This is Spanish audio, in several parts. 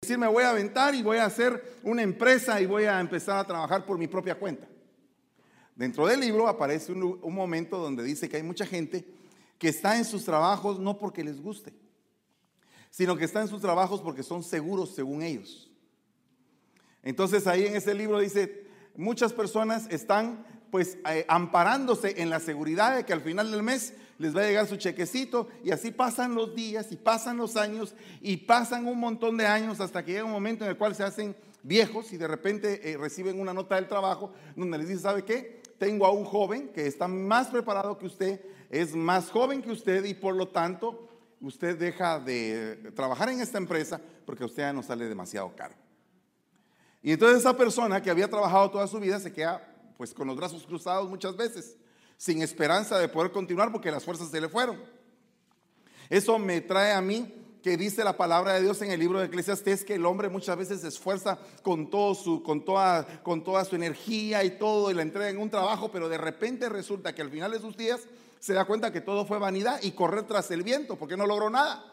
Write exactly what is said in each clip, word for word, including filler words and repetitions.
decir, me voy a aventar y voy a hacer una empresa y voy a empezar a trabajar por mi propia cuenta. Dentro del libro aparece un, un momento donde dice que hay mucha gente que está en sus trabajos no porque les guste, sino que está en sus trabajos porque son seguros según ellos. Entonces ahí en ese libro dice, muchas personas están pues eh, amparándose en la seguridad de que al final del mes les va a llegar su chequecito, y así pasan los días y pasan los años y pasan un montón de años hasta que llega un momento en el cual se hacen viejos y de repente eh, reciben una nota del trabajo donde les dice, ¿sabe qué? Tengo a un joven que está más preparado que usted, es más joven que usted y por lo tanto usted deja de trabajar en esta empresa porque a usted ya no sale demasiado caro. Y entonces esa persona que había trabajado toda su vida se queda pues con los brazos cruzados muchas veces, sin esperanza de poder continuar porque las fuerzas se le fueron. Eso me trae a mí que dice la palabra de Dios en el libro de Eclesiastés que el hombre muchas veces se esfuerza con, todo su, con, toda, con toda su energía y todo y la entrega en un trabajo, pero de repente resulta que al final de sus días se da cuenta que todo fue vanidad y correr tras el viento porque no logró nada.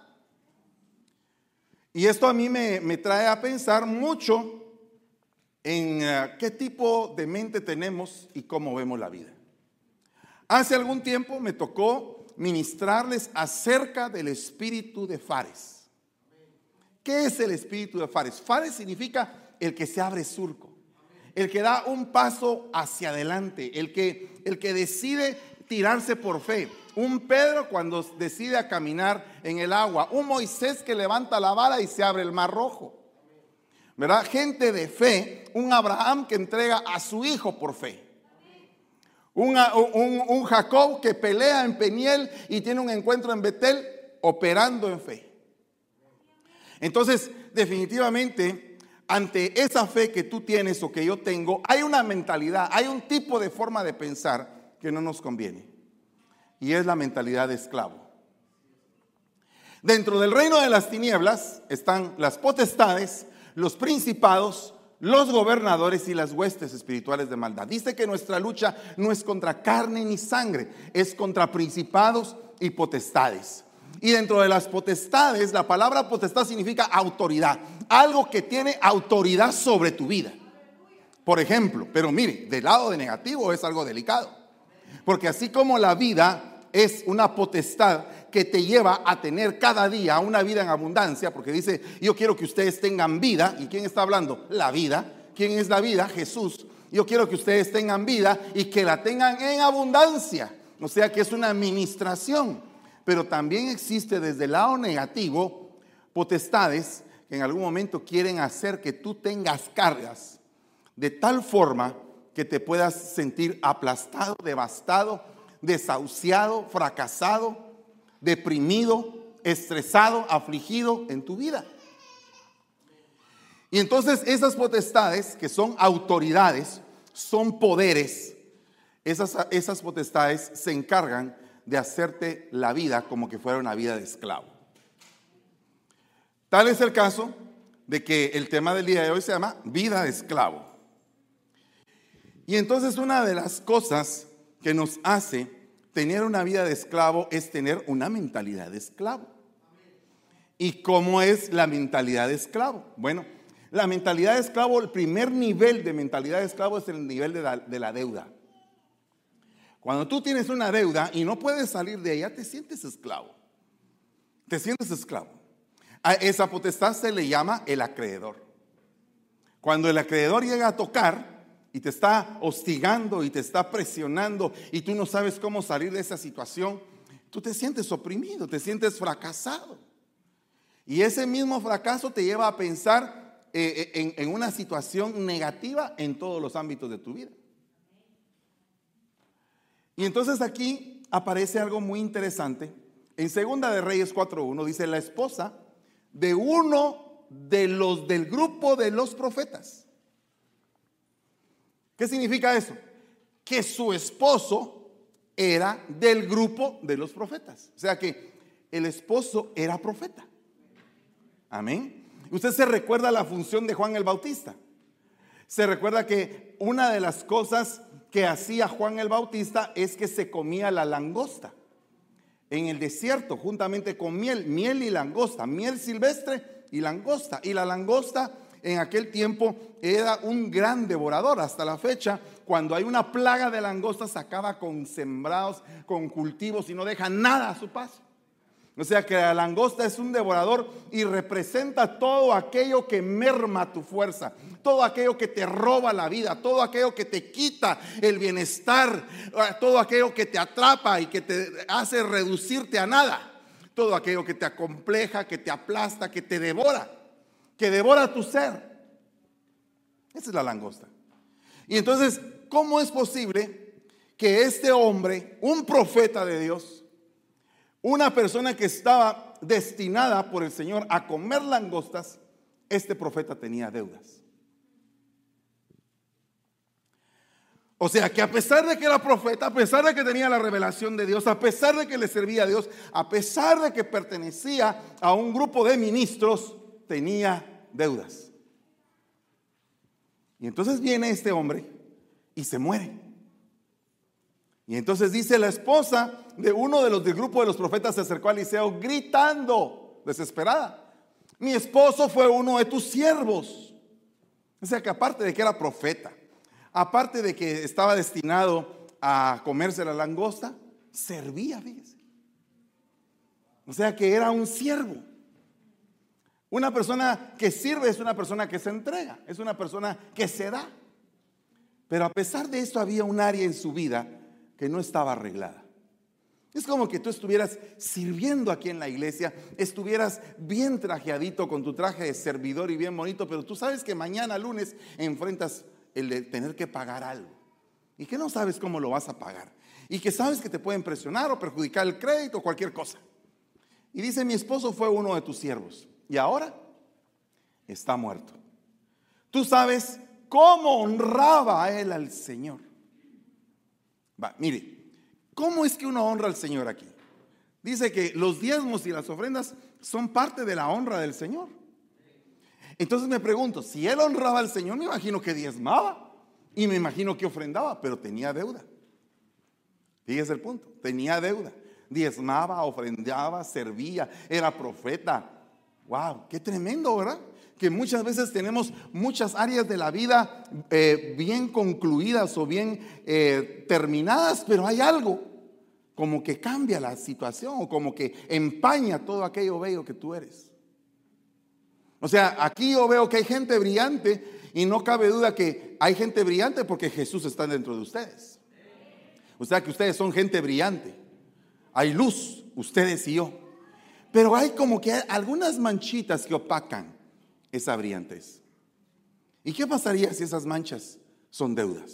Y esto a mí me, me trae a pensar mucho en uh, qué tipo de mente tenemos y cómo vemos la vida. Hace algún tiempo me tocó ministrarles acerca del espíritu de Fares. ¿Qué es el espíritu de Fares? Fares significa el que se abre surco, el que da un paso hacia adelante, el que, el que decide tirarse por fe. Un Pedro cuando decide a caminar en el agua, un Moisés que levanta la vara y se abre el mar rojo, ¿verdad? Gente de fe, un Abraham que entrega a su hijo por fe. Un, un, un Jacob que pelea en Peniel y tiene un encuentro en Betel operando en fe. Entonces, definitivamente, ante esa fe que tú tienes o que yo tengo, hay una mentalidad, hay un tipo de forma de pensar que no nos conviene. Y es la mentalidad de esclavo. Dentro del reino de las tinieblas están las potestades, los principados, los gobernadores y las huestes espirituales de maldad. Dice que nuestra lucha no es contra carne ni sangre, es contra principados y potestades. Y dentro de las potestades, la palabra potestad significa autoridad, algo que tiene autoridad sobre tu vida. Por ejemplo, pero mire, del lado de negativo es algo delicado, porque así como la vida es una potestad que te lleva a tener cada día una vida en abundancia, porque dice, yo quiero que ustedes tengan vida. ¿Y quién está hablando? La vida. ¿Quién es la vida? Jesús. Yo quiero que ustedes tengan vida y que la tengan en abundancia. O sea que es una administración. Pero también existe desde el lado negativo potestades que en algún momento quieren hacer que tú tengas cargas de tal forma que te puedas sentir aplastado, devastado, desahuciado, fracasado, deprimido, estresado, afligido en tu vida. Y entonces esas potestades que son autoridades, son poderes, esas, esas potestades se encargan de hacerte la vida como que fuera una vida de esclavo. Tal es el caso de que el tema del día de hoy se llama vida de esclavo. Y entonces una de las cosas que nos hace tener una vida de esclavo es tener una mentalidad de esclavo. ¿Y cómo es la mentalidad de esclavo? Bueno, la mentalidad de esclavo, el primer nivel de mentalidad de esclavo es el nivel de la, de la deuda. Cuando tú tienes una deuda y no puedes salir de ella, te sientes esclavo. Te sientes esclavo. A esa potestad se le llama el acreedor. Cuando el acreedor llega a tocar y te está hostigando y te está presionando y tú no sabes cómo salir de esa situación, tú te sientes oprimido, te sientes fracasado. Y ese mismo fracaso te lleva a pensar eh, en, en una situación negativa en todos los ámbitos de tu vida. Y entonces aquí aparece algo muy interesante. En Segunda de Reyes cuatro uno dice, la esposa de uno de los del grupo de los profetas. ¿Qué significa eso? Que su esposo era del grupo de los profetas. O sea que el esposo era profeta. Amén. Usted se recuerda la función de Juan el Bautista. Se recuerda que una de las cosas que hacía Juan el Bautista es que se comía la langosta en el desierto juntamente con miel, miel y langosta, miel silvestre y langosta. Y la langosta en aquel tiempo era un gran devorador. Hasta la fecha, cuando hay una plaga de langostas, acaba con sembrados, con cultivos y no deja nada a su paso. O sea que la langosta es un devorador y representa todo aquello que merma tu fuerza, todo aquello que te roba la vida, todo aquello que te quita el bienestar, todo aquello que te atrapa y que te hace reducirte a nada, todo aquello que te acompleja, que te aplasta, que te devora, que devora tu ser. Esa es la langosta. Y entonces, ¿cómo es posible que este hombre, un profeta de Dios, una persona que estaba destinada por el Señor a comer langostas, este profeta tenía deudas? O sea que a pesar de que era profeta, a pesar de que tenía la revelación de Dios, a pesar de que le servía a Dios, a pesar de que pertenecía a un grupo de ministros, tenía deudas. Y entonces viene este hombre y se muere. Y entonces dice la esposa de uno de los del grupo de los profetas se acercó a Eliseo gritando, desesperada: mi esposo fue uno de tus siervos. O sea que aparte de que era profeta, aparte de que estaba destinado a comerse la langosta, servía, fíjese. O sea que era un siervo. Una persona que sirve es una persona que se entrega, es una persona que se da. Pero a pesar de esto había un área en su vida que no estaba arreglada. Es como que tú estuvieras sirviendo aquí en la iglesia, estuvieras bien trajeadito con tu traje de servidor y bien bonito, pero tú sabes que mañana lunes enfrentas el de tener que pagar algo y que no sabes cómo lo vas a pagar y que sabes que te pueden presionar o perjudicar el crédito o cualquier cosa. Y dice: mi esposo fue uno de tus siervos y ahora está muerto. Tú sabes cómo honraba a él al Señor. Va, mire, ¿cómo es que uno honra al Señor aquí? Dice que los diezmos y las ofrendas son parte de la honra del Señor. Entonces me pregunto, si él honraba al Señor, me imagino que diezmaba y me imagino que ofrendaba, pero tenía deuda. Fíjese el punto, tenía deuda. Diezmaba, ofrendaba, servía, era profeta. Wow, qué tremendo, ¿verdad? Que muchas veces tenemos muchas áreas de la vida eh, bien concluidas o bien eh, terminadas, pero hay algo como que cambia la situación o como que empaña todo aquello bello que tú eres. O sea, aquí yo veo que hay gente brillante y no cabe duda que hay gente brillante porque Jesús está dentro de ustedes. O sea que ustedes son gente brillante. Hay luz, ustedes y yo. Pero hay como que algunas manchitas que opacan esa brillantez. ¿Y qué pasaría si esas manchas son deudas?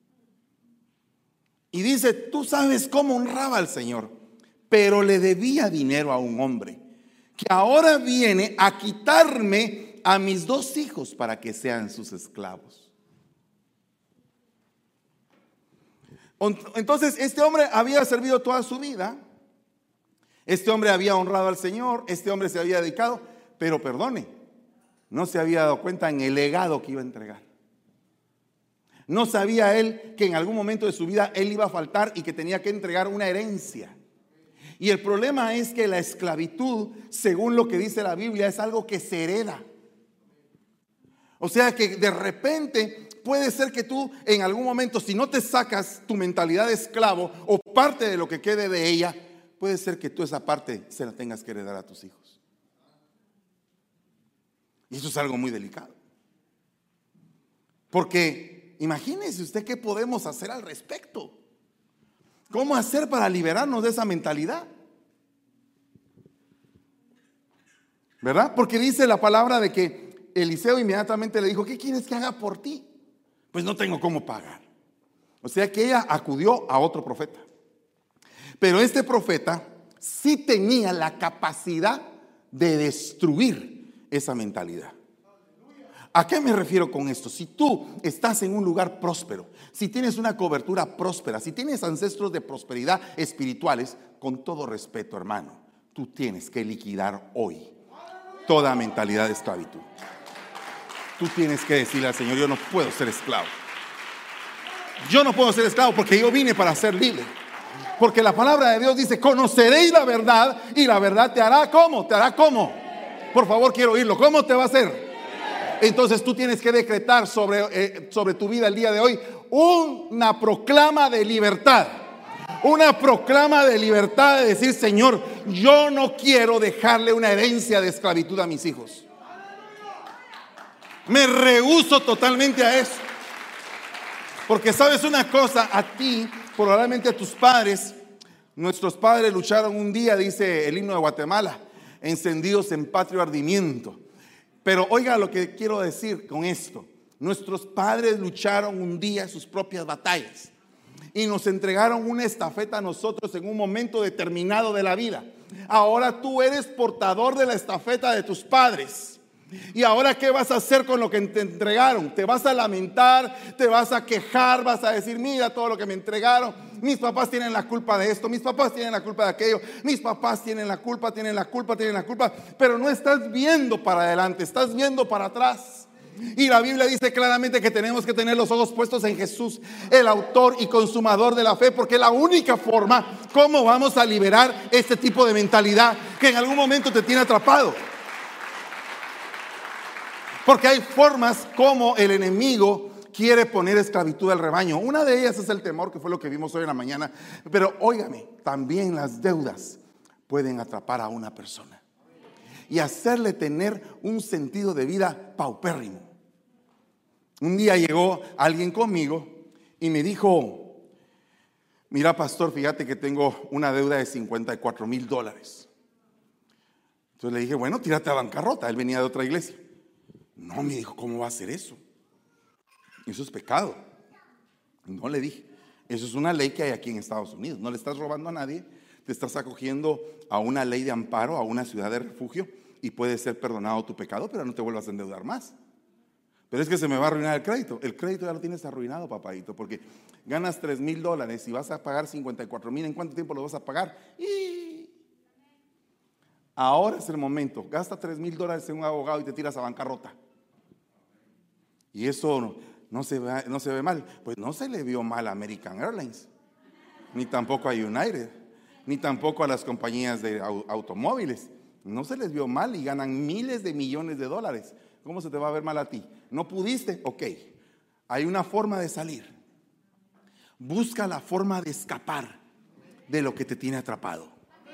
Y dice: tú sabes cómo honraba al Señor, pero le debía dinero a un hombre que ahora viene a quitarme a mis dos hijos para que sean sus esclavos. Entonces este hombre había servido toda su vida, este hombre había honrado al Señor, este hombre se había dedicado, pero perdone, no se había dado cuenta en el legado que iba a entregar. No sabía él que en algún momento de su vida él iba a faltar y que tenía que entregar una herencia. Y el problema es que la esclavitud, según lo que dice la Biblia, es algo que se hereda. O sea que de repente puede ser que tú en algún momento, si no te sacas tu mentalidad de esclavo o parte de lo que quede de ella, puede ser que tú esa parte se la tengas que heredar a tus hijos. Y eso es algo muy delicado. Porque imagínese usted qué podemos hacer al respecto. ¿Cómo hacer para liberarnos de esa mentalidad? ¿Verdad? Porque dice la palabra de que Eliseo inmediatamente le dijo: ¿qué quieres que haga por ti? Pues no tengo cómo pagar. O sea que ella acudió a otro profeta. Pero este profeta sí tenía la capacidad de destruir esa mentalidad. ¿A qué me refiero con esto? Si tú estás en un lugar próspero, si tienes una cobertura próspera, si tienes ancestros de prosperidad espirituales, con todo respeto, hermano, tú tienes que liquidar hoy toda mentalidad de esclavitud. Tú tienes que decirle al Señor: yo no puedo ser esclavo. Yo no puedo ser esclavo porque yo vine para ser libre. Porque la palabra de Dios dice: conoceréis la verdad y la verdad te hará ¿cómo? Te hará ¿cómo? Por favor, quiero oírlo. ¿Cómo te va a hacer? Entonces tú tienes que decretar sobre, eh, sobre tu vida el día de hoy una proclama de libertad. Una proclama de libertad, de decir: Señor, yo no quiero dejarle una herencia de esclavitud a mis hijos. Me rehúso totalmente a eso. Porque sabes una cosa, a ti, probablemente a tus padres, nuestros padres lucharon un día, dice el himno de Guatemala, encendidos en patrio ardimiento. Pero oiga lo que quiero decir con esto. Nuestros padres lucharon un día sus propias batallas y nos entregaron una estafeta a nosotros en un momento determinado de la vida. Ahora tú eres portador de la estafeta de tus padres. ¿Y ahora qué vas a hacer con lo que te entregaron? Te vas a lamentar, te vas a quejar, vas a decir: mira todo lo que me entregaron. Mis papás tienen la culpa de esto, mis papás tienen la culpa de aquello, mis papás tienen la culpa, tienen la culpa, tienen la culpa. Pero no estás viendo para adelante, estás viendo para atrás. Y la Biblia dice claramente que tenemos que tener los ojos puestos en Jesús, el autor y consumador de la fe, porque es la única forma como vamos a liberar este tipo de mentalidad que en algún momento te tiene atrapado. Porque hay formas como el enemigo quiere poner esclavitud al rebaño. Una de ellas es el temor, que fue lo que vimos hoy en la mañana. Pero óigame, también las deudas pueden atrapar a una persona y hacerle tener un sentido de vida paupérrimo. Un día llegó alguien conmigo y me dijo: mira, pastor, fíjate que tengo una deuda de cincuenta y cuatro mil dólares. Entonces le dije: bueno, tírate a bancarrota. Él venía de otra iglesia. No, me dijo: ¿cómo va a hacer eso? Eso es pecado. No, le dije: eso es una ley que hay aquí en Estados Unidos. No le estás robando a nadie, te estás acogiendo a una ley de amparo, a una ciudad de refugio, y puede ser perdonado tu pecado, pero no te vuelvas a endeudar más. Pero es que se me va a arruinar el crédito. El crédito ya lo tienes arruinado, papadito, porque ganas tres mil dólares y vas a pagar cincuenta y cuatro mil. ¿En cuánto tiempo lo vas a pagar? Y ahora es el momento. Gasta tres mil dólares en un abogado y te tiras a bancarrota. Y eso no, no, se ve, no se ve mal. Pues no se le vio mal a American Airlines, ni tampoco a United, ni tampoco a las compañías de automóviles. No se les vio mal y ganan miles de millones de dólares. ¿Cómo se te va a ver mal a ti? ¿No pudiste? Ok, hay una forma de salir. Busca la forma de escapar de lo que te tiene atrapado.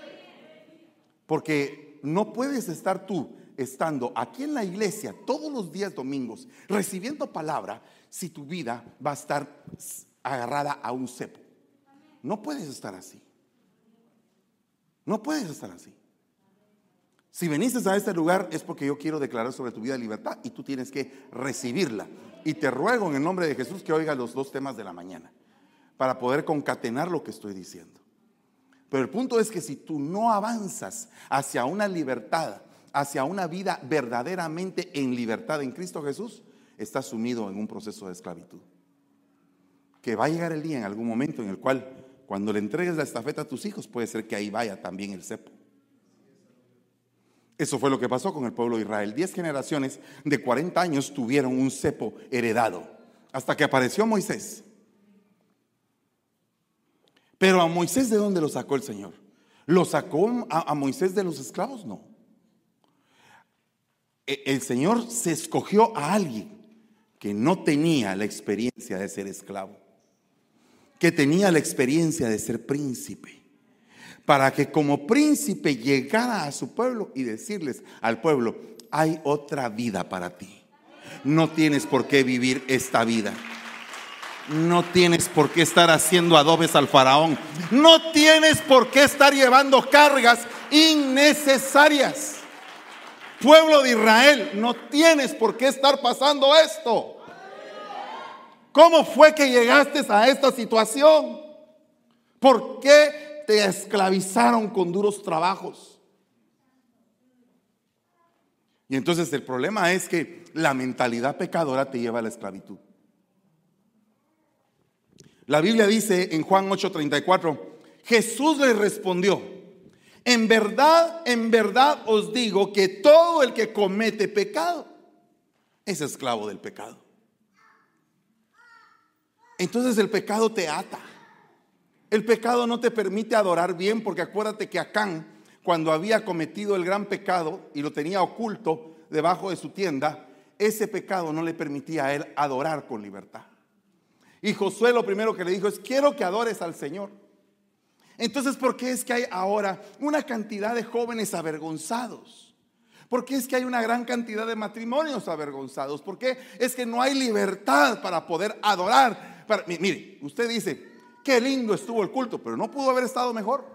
Porque no puedes estar tú estando aquí en la iglesia todos los días domingos recibiendo palabra si tu vida va a estar agarrada a un cepo. No puedes estar así. No puedes estar así. Si viniste a este lugar es porque yo quiero declarar sobre tu vida libertad y tú tienes que recibirla. Y te ruego en el nombre de Jesús que oigas los dos temas de la mañana para poder concatenar lo que estoy diciendo. Pero el punto es que si tú no avanzas hacia una libertad, hacia una vida verdaderamente en libertad en Cristo Jesús, estás sumido en un proceso de esclavitud. Que va a llegar el día en algún momento en el cual, cuando le entregues la estafeta a tus hijos, puede ser que ahí vaya también el cepo. Eso fue lo que pasó con el pueblo de Israel. Diez generaciones de cuarenta años tuvieron un cepo heredado, hasta que apareció Moisés. Pero a Moisés, ¿de dónde lo sacó el Señor? ¿Lo sacó a, a Moisés de los esclavos? No. El Señor se escogió a alguien que no tenía la experiencia de ser esclavo, que tenía la experiencia de ser príncipe, para que como príncipe llegara a su pueblo y decirles al pueblo: hay otra vida para ti. No tienes por qué vivir esta vida. No tienes por qué estar haciendo adobes al faraón. No tienes por qué estar llevando cargas innecesarias. Pueblo de Israel, no tienes por qué estar pasando esto. ¿Cómo fue que llegaste a esta situación? ¿Por qué te esclavizaron con duros trabajos? Y entonces el problema es que la mentalidad pecadora te lleva a la esclavitud. La Biblia dice en Juan ocho treinta y cuatro: Jesús les respondió: en verdad, en verdad os digo que todo el que comete pecado es esclavo del pecado. Entonces el pecado te ata. El pecado no te permite adorar bien, porque acuérdate que Acán, cuando había cometido el gran pecado y lo tenía oculto debajo de su tienda, ese pecado no le permitía a él adorar con libertad. Y Josué lo primero que le dijo es: quiero que adores al Señor. Entonces, ¿por qué es que hay ahora una cantidad de jóvenes avergonzados? ¿Por qué es que hay una gran cantidad de matrimonios avergonzados? ¿Por qué es que no hay libertad para poder adorar? Para, mire, usted dice: qué lindo estuvo el culto, pero no pudo haber estado mejor.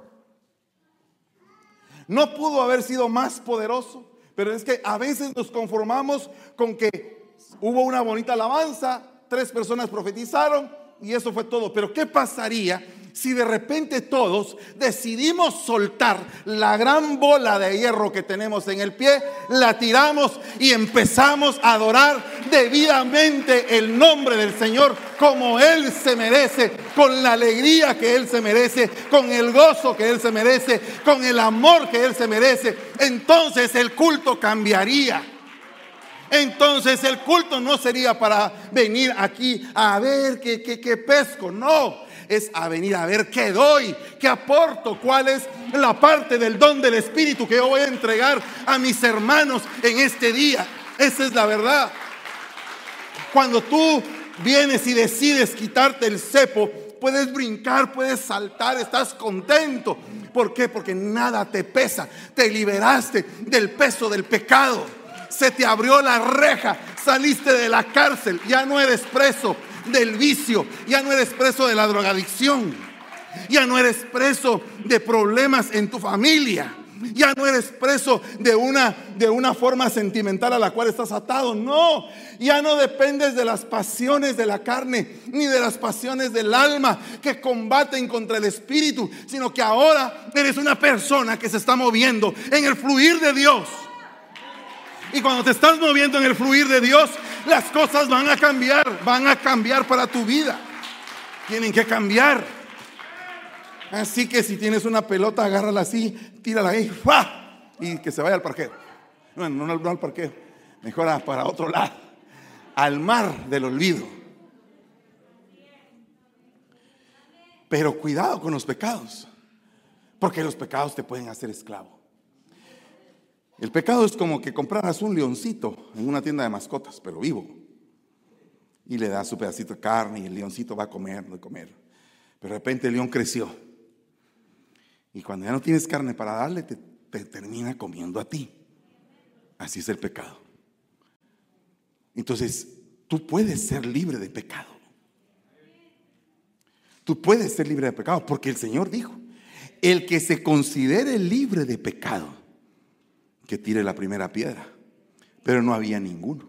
No pudo haber sido más poderoso. Pero es que a veces nos conformamos con que hubo una bonita alabanza, tres personas profetizaron y eso fue todo. Pero ¿qué pasaría si de repente todos decidimos soltar la gran bola de hierro que tenemos en el pie, la tiramos y empezamos a adorar debidamente el nombre del Señor como Él se merece, con la alegría que Él se merece, con el gozo que Él se merece, con el amor que Él se merece? Entonces el culto cambiaría. Entonces el culto no sería para venir aquí a ver qué, qué, qué pesco, no. Es a venir a ver qué doy, qué aporto, cuál es la parte del don del Espíritu que yo voy a entregar a mis hermanos en este día. Esa es la verdad. Cuando tú vienes y decides quitarte el cepo, puedes brincar, puedes saltar, estás contento. ¿Por qué? Porque nada te pesa. Te liberaste del peso del pecado. Se te abrió la reja, saliste de la cárcel, ya no eres preso del vicio, ya no eres preso de la drogadicción, ya no eres preso de problemas en tu familia, ya no eres preso de una, de una forma sentimental a la cual estás atado. No, ya no dependes de las pasiones de la carne ni de las pasiones del alma que combaten contra el espíritu, sino que ahora eres una persona que se está moviendo en el fluir de Dios. Y cuando te estás moviendo en el fluir de Dios, las cosas van a cambiar, van a cambiar para tu vida. Tienen que cambiar. Así que si tienes una pelota, agárrala así, tírala ahí, ¡fua! Y que se vaya al parqueo. Bueno, no, no al parqueo, mejor para otro lado, al mar del olvido. Pero cuidado con los pecados, porque los pecados te pueden hacer esclavo. El pecado es como que compraras un leoncito en una tienda de mascotas, pero vivo, y le das su pedacito de carne y el leoncito va a comer, va a comer. Pero de repente el león creció y cuando ya no tienes carne para darle, te, te termina comiendo a ti. Así es el pecado. Entonces tú puedes ser libre de pecado. Tú puedes ser libre de pecado porque el Señor dijo: el que se considere libre de pecado, que tire la primera piedra. Pero no había ninguno.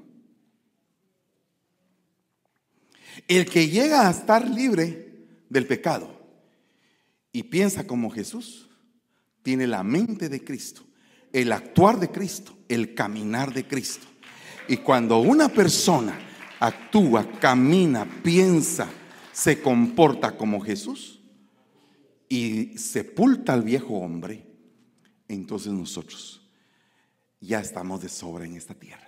El que llega a estar libre del pecado y piensa como Jesús, tiene la mente de Cristo, el actuar de Cristo, el caminar de Cristo. Y cuando una persona actúa, camina, piensa, se comporta como Jesús y sepulta al viejo hombre, entonces nosotros ya estamos de sobra en esta tierra.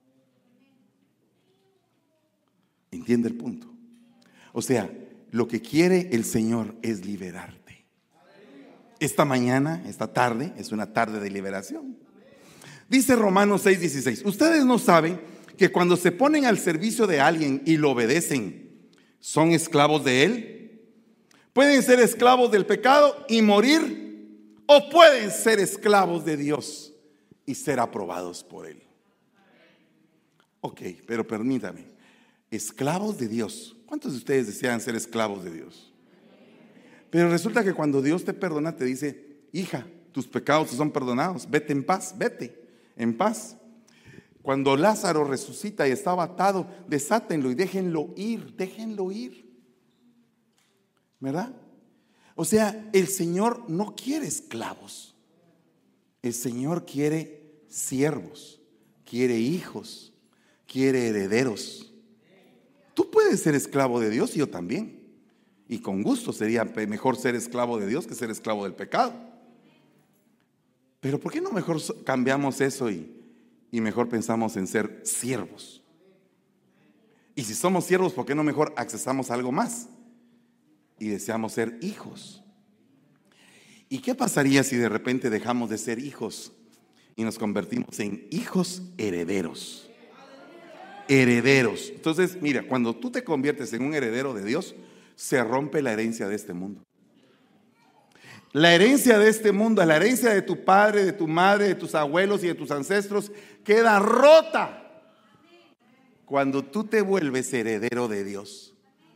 ¿Entiende el punto? O sea, lo que quiere el Señor es liberarte. Esta mañana, esta tarde, es una tarde de liberación. Dice Romanos seis dieciséis: ustedes no saben que cuando se ponen al servicio de alguien y lo obedecen, son esclavos de él. Pueden ser esclavos del pecado y morir, o pueden ser esclavos de Dios y ser aprobados por Él. Ok, pero permítame, esclavos de Dios. ¿Cuántos de ustedes desean ser esclavos de Dios? Pero resulta que cuando Dios te perdona, te dice: hija, tus pecados te son perdonados, vete en paz, vete en paz. Cuando Lázaro resucita y estaba atado, desátenlo y déjenlo ir, déjenlo ir, ¿verdad? O sea, el Señor no quiere esclavos. El Señor quiere siervos, quiere hijos, quiere herederos. Tú puedes ser esclavo de Dios y yo también. Y con gusto sería mejor ser esclavo de Dios que ser esclavo del pecado. Pero ¿por qué no mejor cambiamos eso y, y mejor pensamos en ser siervos? Y si somos siervos, ¿por qué no mejor accesamos a algo más y deseamos ser hijos? ¿Y qué pasaría si de repente dejamos de ser hijos y nos convertimos en hijos herederos? Herederos. Entonces, mira, cuando tú te conviertes en un heredero de Dios, se rompe la herencia de este mundo. La herencia de este mundo, la herencia de tu padre, de tu madre, de tus abuelos y de tus ancestros, queda rota cuando tú te vuelves heredero de Dios.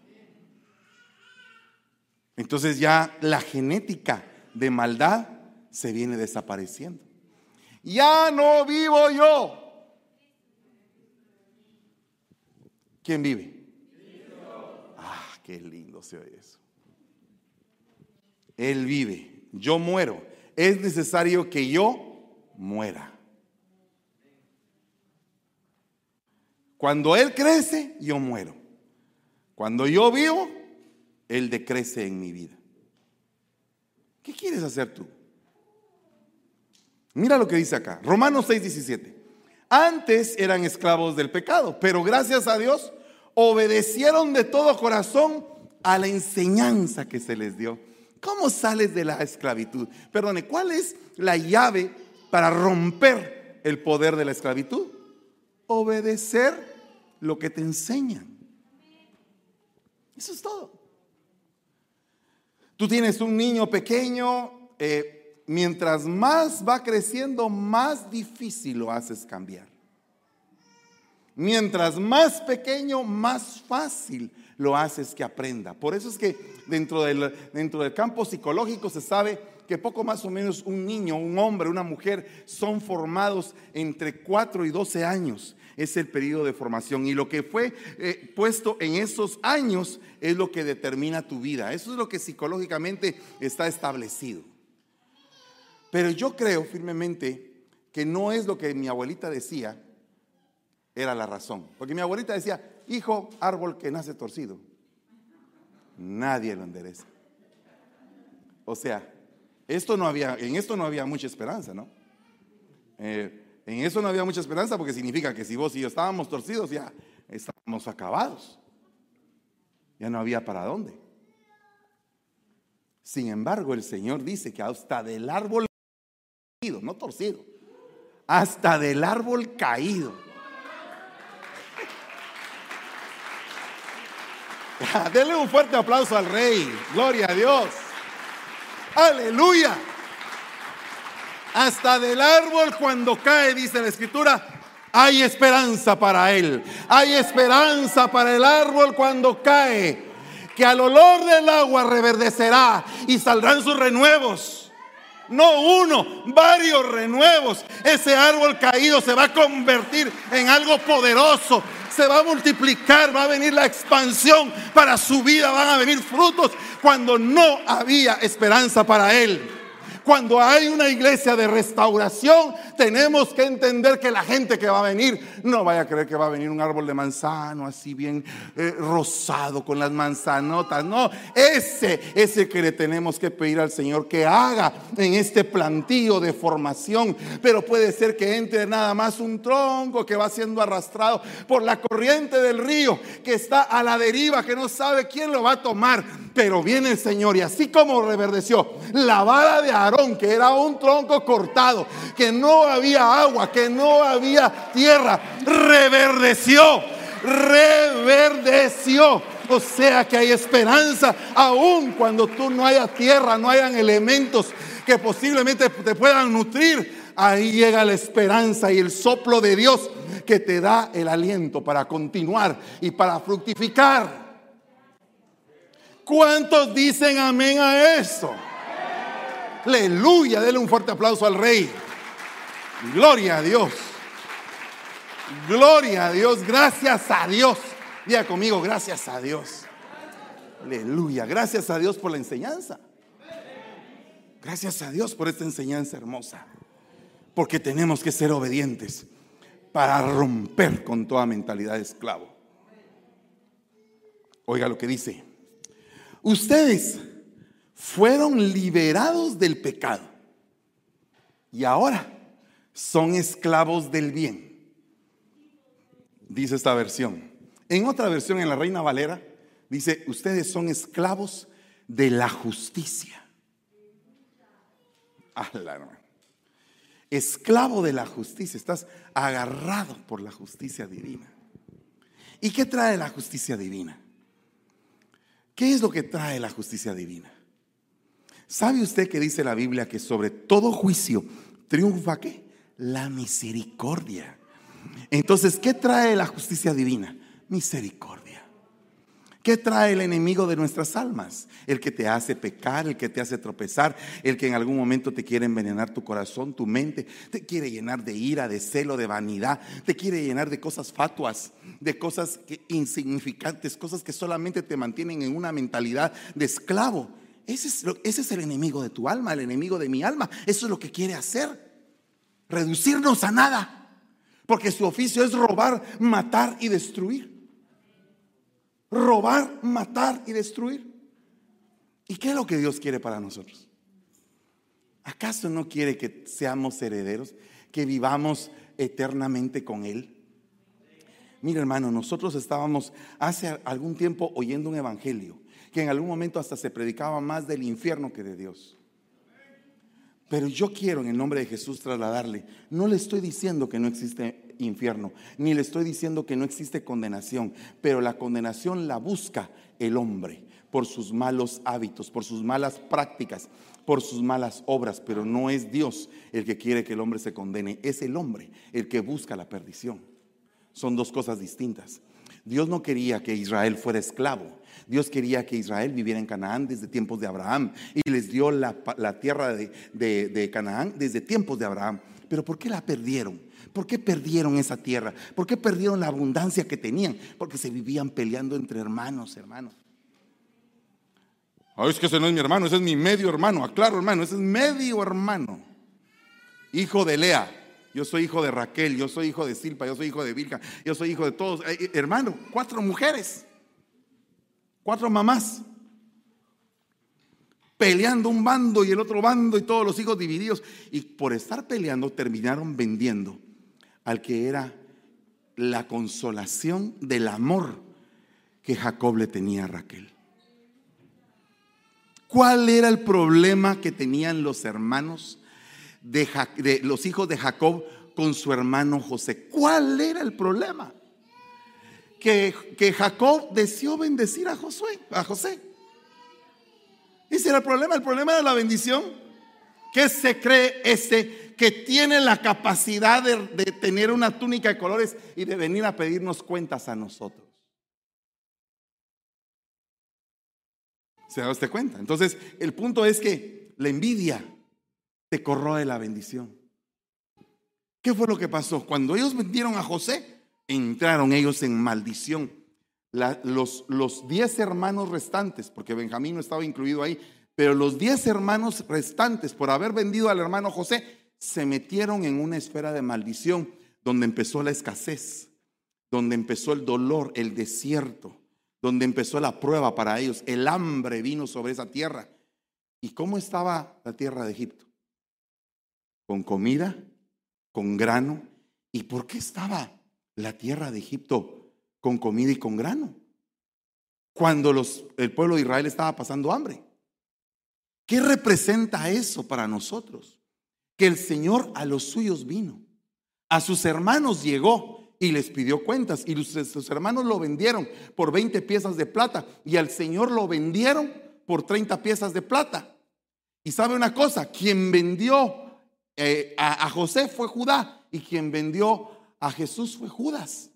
Entonces ya la genética de maldad se viene desapareciendo. Ya no vivo yo. ¿Quién vive? Ah, qué lindo se oye eso. Él vive, yo muero. Es necesario que yo muera. Cuando Él crece, yo muero. Cuando yo vivo, Él decrece en mi vida. ¿Qué quieres hacer tú? Mira lo que dice acá, Romanos seis diecisiete. Antes eran esclavos del pecado, pero gracias a Dios obedecieron de todo corazón a la enseñanza que se les dio. ¿Cómo sales de la esclavitud? Perdone, ¿cuál es la llave para romper el poder de la esclavitud? Obedecer lo que te enseñan. Eso es todo. Tú tienes un niño pequeño, eh, mientras más va creciendo, más difícil lo haces cambiar. Mientras más pequeño, más fácil lo haces que aprenda. Por eso es que dentro del, dentro del campo psicológico se sabe que poco más o menos un niño, un hombre, una mujer son formados entre cuatro y doce años. Es el periodo de formación, y lo que fue eh, puesto en esos años es lo que determina tu vida. Eso es lo que psicológicamente está establecido. Pero yo creo firmemente que no es lo que mi abuelita decía era la razón. Porque mi abuelita decía: hijo, árbol que nace torcido, nadie lo endereza. O sea, esto no había, en esto no había mucha esperanza, ¿no? Eh, en eso no había mucha esperanza, porque significa que si vos y yo estábamos torcidos, ya estábamos acabados. Ya no había para dónde. Sin embargo, el Señor dice que hasta del árbol caído, no torcido, hasta del árbol caído. Denle un fuerte aplauso al Rey. Gloria a Dios. Aleluya. Hasta del árbol cuando cae, dice la Escritura, hay esperanza para él. Hay esperanza para el árbol cuando cae, que al olor del agua reverdecerá y saldrán sus renuevos. No uno, varios renuevos. Ese árbol caído se va a convertir en algo poderoso. Se va a multiplicar, va a venir la expansión para su vida, van a venir frutos cuando no había esperanza para él. Cuando hay una iglesia de restauración, tenemos que entender que la gente que va a venir, no vaya a creer que va a venir un árbol de manzano así bien eh, rosado con las manzanotas. No, ese es el que le tenemos que pedir al Señor que haga en este plantío de formación. Pero puede ser que entre nada más un tronco que va siendo arrastrado por la corriente del río, que está a la deriva, que no sabe quién lo va a tomar. Pero viene el Señor, y así como reverdeció la vara de Aarón, que era un tronco cortado, que no había agua, que no había tierra, reverdeció, reverdeció. O sea que hay esperanza, aun cuando tú no haya tierra, no hayan elementos que posiblemente te puedan nutrir. Ahí llega la esperanza y el soplo de Dios que te da el aliento para continuar y para fructificar. ¿Cuántos dicen amén a eso? Aleluya, denle un fuerte aplauso al Rey. Gloria a Dios. Gloria a Dios, gracias a Dios. Diga conmigo, gracias a Dios. Aleluya, gracias a Dios por la enseñanza. Gracias a Dios por esta enseñanza hermosa. Porque tenemos que ser obedientes para romper con toda mentalidad de esclavo. Oiga lo que dice: ustedes fueron liberados del pecado y ahora son esclavos del bien. Dice esta versión. En otra versión, en la Reina Valera, dice: ustedes son esclavos de la justicia. Ala, hermano. Esclavo de la justicia, estás agarrado por la justicia divina. ¿Y qué trae la justicia divina? ¿Qué es lo que trae la justicia divina? ¿Sabe usted que dice la Biblia que sobre todo juicio triunfa qué? La misericordia. Entonces, ¿qué trae la justicia divina? Misericordia. ¿Qué trae el enemigo de nuestras almas? El que te hace pecar, el que te hace tropezar, el que en algún momento te quiere envenenar tu corazón, tu mente, te quiere llenar de ira, de celo, de vanidad, te quiere llenar de cosas fatuas, de cosas que, insignificantes, cosas que solamente te mantienen en una mentalidad de esclavo. Ese es, lo, ese es el enemigo de tu alma, el enemigo de mi alma. Eso es lo que quiere hacer, reducirnos a nada, porque su oficio es robar, matar y destruir. Robar, matar y destruir. ¿Y qué es lo que Dios quiere para nosotros? ¿Acaso no quiere que seamos herederos, que vivamos eternamente con Él? Mira, hermano, nosotros estábamos hace algún tiempo oyendo un evangelio que en algún momento hasta se predicaba más del infierno que de Dios. Pero yo quiero en el nombre de Jesús trasladarle, no le estoy diciendo que no existe infierno, ni le estoy diciendo que no existe condenación, pero la condenación la busca el hombre por sus malos hábitos, por sus malas prácticas, por sus malas obras, pero no es Dios el que quiere que el hombre se condene, es el hombre el que busca la perdición. Son dos cosas distintas. Dios no quería que Israel fuera esclavo. Dios quería que Israel viviera en Canaán desde tiempos de Abraham y les dio la, la tierra de, de, de Canaán desde tiempos de Abraham. Pero ¿por qué la perdieron? ¿Por qué perdieron esa tierra? ¿Por qué perdieron la abundancia que tenían? Porque se vivían peleando entre hermanos, hermanos. Oh, es que ese no es mi hermano, ese es mi medio hermano. Aclaro, hermano, ese es medio hermano. Hijo de Lea. Yo soy hijo de Raquel, yo soy hijo de Silpa, yo soy hijo de Vilca, yo soy hijo de todos. Eh, hermano, cuatro mujeres, cuatro mamás, peleando un bando y el otro bando y todos los hijos divididos. Y por estar peleando terminaron vendiendo al que era la consolación del amor que Jacob le tenía a Raquel. ¿Cuál era el problema que tenían los hermanos de, de los hijos de Jacob con su hermano José? ¿Cuál era el problema? Que, que Jacob deseó bendecir a Josué, a José. Ese era el problema. El problema era la bendición. ¿Qué se cree ese que tiene la capacidad de, de tener una túnica de colores y de venir a pedirnos cuentas a nosotros? ¿Se da usted cuenta? Entonces el punto es que la envidia te corroe la bendición. ¿Qué fue lo que pasó? Cuando ellos vendieron a José, entraron ellos en maldición. La, los, los diez hermanos restantes, porque Benjamín no estaba incluido ahí, pero los diez hermanos restantes, por haber vendido al hermano José, se metieron en una esfera de maldición, donde empezó la escasez, donde empezó el dolor, el desierto, donde empezó la prueba para ellos. El hambre vino sobre esa tierra. ¿Y cómo estaba la tierra de Egipto? Con comida, con grano. ¿Y por qué estaba la tierra de Egipto con comida y con grano cuando los, el pueblo de Israel estaba pasando hambre? ¿Qué representa eso para nosotros? Que el Señor a los suyos vino, a sus hermanos llegó y les pidió cuentas, y sus hermanos lo vendieron por veinte piezas de plata y al Señor lo vendieron por treinta piezas de plata. Y sabe una cosa, quien vendió eh, a, a José fue Judá, y quien vendió a Jesús fue Judas.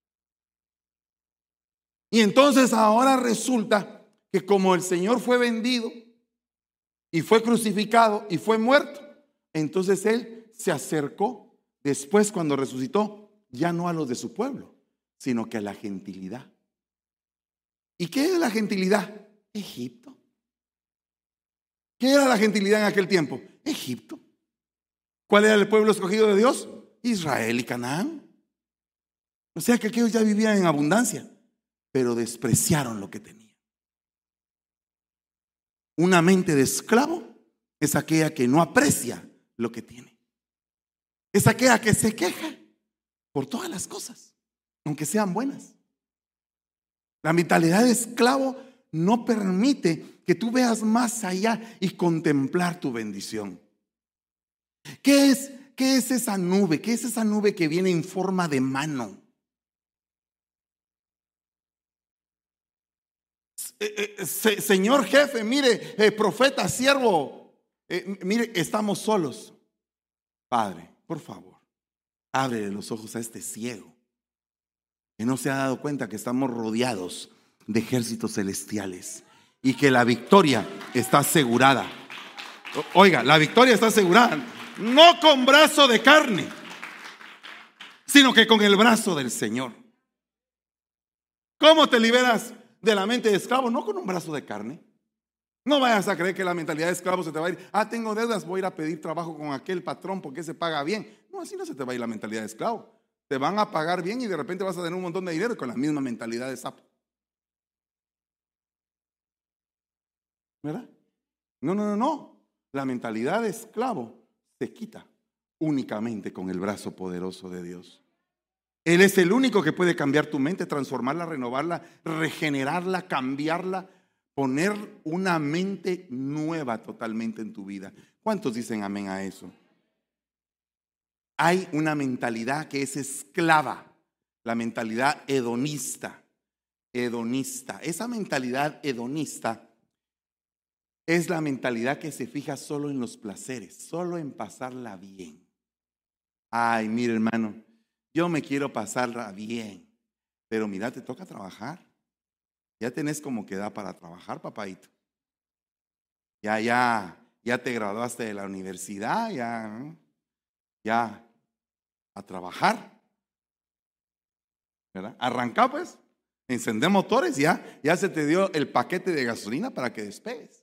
Y entonces ahora resulta que como el Señor fue vendido y fue crucificado y fue muerto, entonces Él se acercó después, cuando resucitó, ya no a los de su pueblo, sino que a la gentilidad. ¿Y qué es la gentilidad? Egipto. ¿Qué era la gentilidad en aquel tiempo? Egipto. ¿Cuál era el pueblo escogido de Dios? Israel y Canaán. O sea que aquellos ya vivían en abundancia, pero despreciaron lo que tenían. Una mente de esclavo es aquella que no aprecia lo que tiene. Es aquella que se queja por todas las cosas, aunque sean buenas. La mentalidad de esclavo no permite que tú veas más allá y contemplar tu bendición. ¿Qué es, qué es esa nube? ¿Qué es esa nube que viene en forma de mano? Eh, eh, se, señor jefe, mire, eh, profeta, siervo, eh, mire, estamos solos. Padre, por favor, ábrele los ojos a este ciego que no se ha dado cuenta que estamos rodeados de ejércitos celestiales y que la victoria está asegurada. Oiga, la victoria está asegurada, no con brazo de carne, sino que con el brazo del Señor. ¿Cómo te liberas de la mente de esclavo? No con un brazo de carne. No vayas a creer que la mentalidad de esclavo se te va a ir. Ah, tengo deudas, voy a ir a pedir trabajo con aquel patrón porque se paga bien. No, así no se te va a ir la mentalidad de esclavo. Te van a pagar bien y de repente vas a tener un montón de dinero con la misma mentalidad de sapo. ¿Verdad? No, no, no, no. La mentalidad de esclavo se quita únicamente con el brazo poderoso de Dios. Él es el único que puede cambiar tu mente, transformarla, renovarla, regenerarla, cambiarla, poner una mente nueva totalmente en tu vida. ¿Cuántos dicen amén a eso? Hay una mentalidad que es esclava, la mentalidad hedonista. Hedonista. Esa mentalidad hedonista es la mentalidad que se fija solo en los placeres, solo en pasarla bien. Ay, mire, hermano, yo me quiero pasarla bien, pero mira, te toca trabajar. Ya tenés como que edad para trabajar, papadito. Ya, ya, ya te graduaste de la universidad, ya, ya a trabajar, ¿verdad? Arranca pues, encender motores, ya, ya se te dio el paquete de gasolina para que despegues.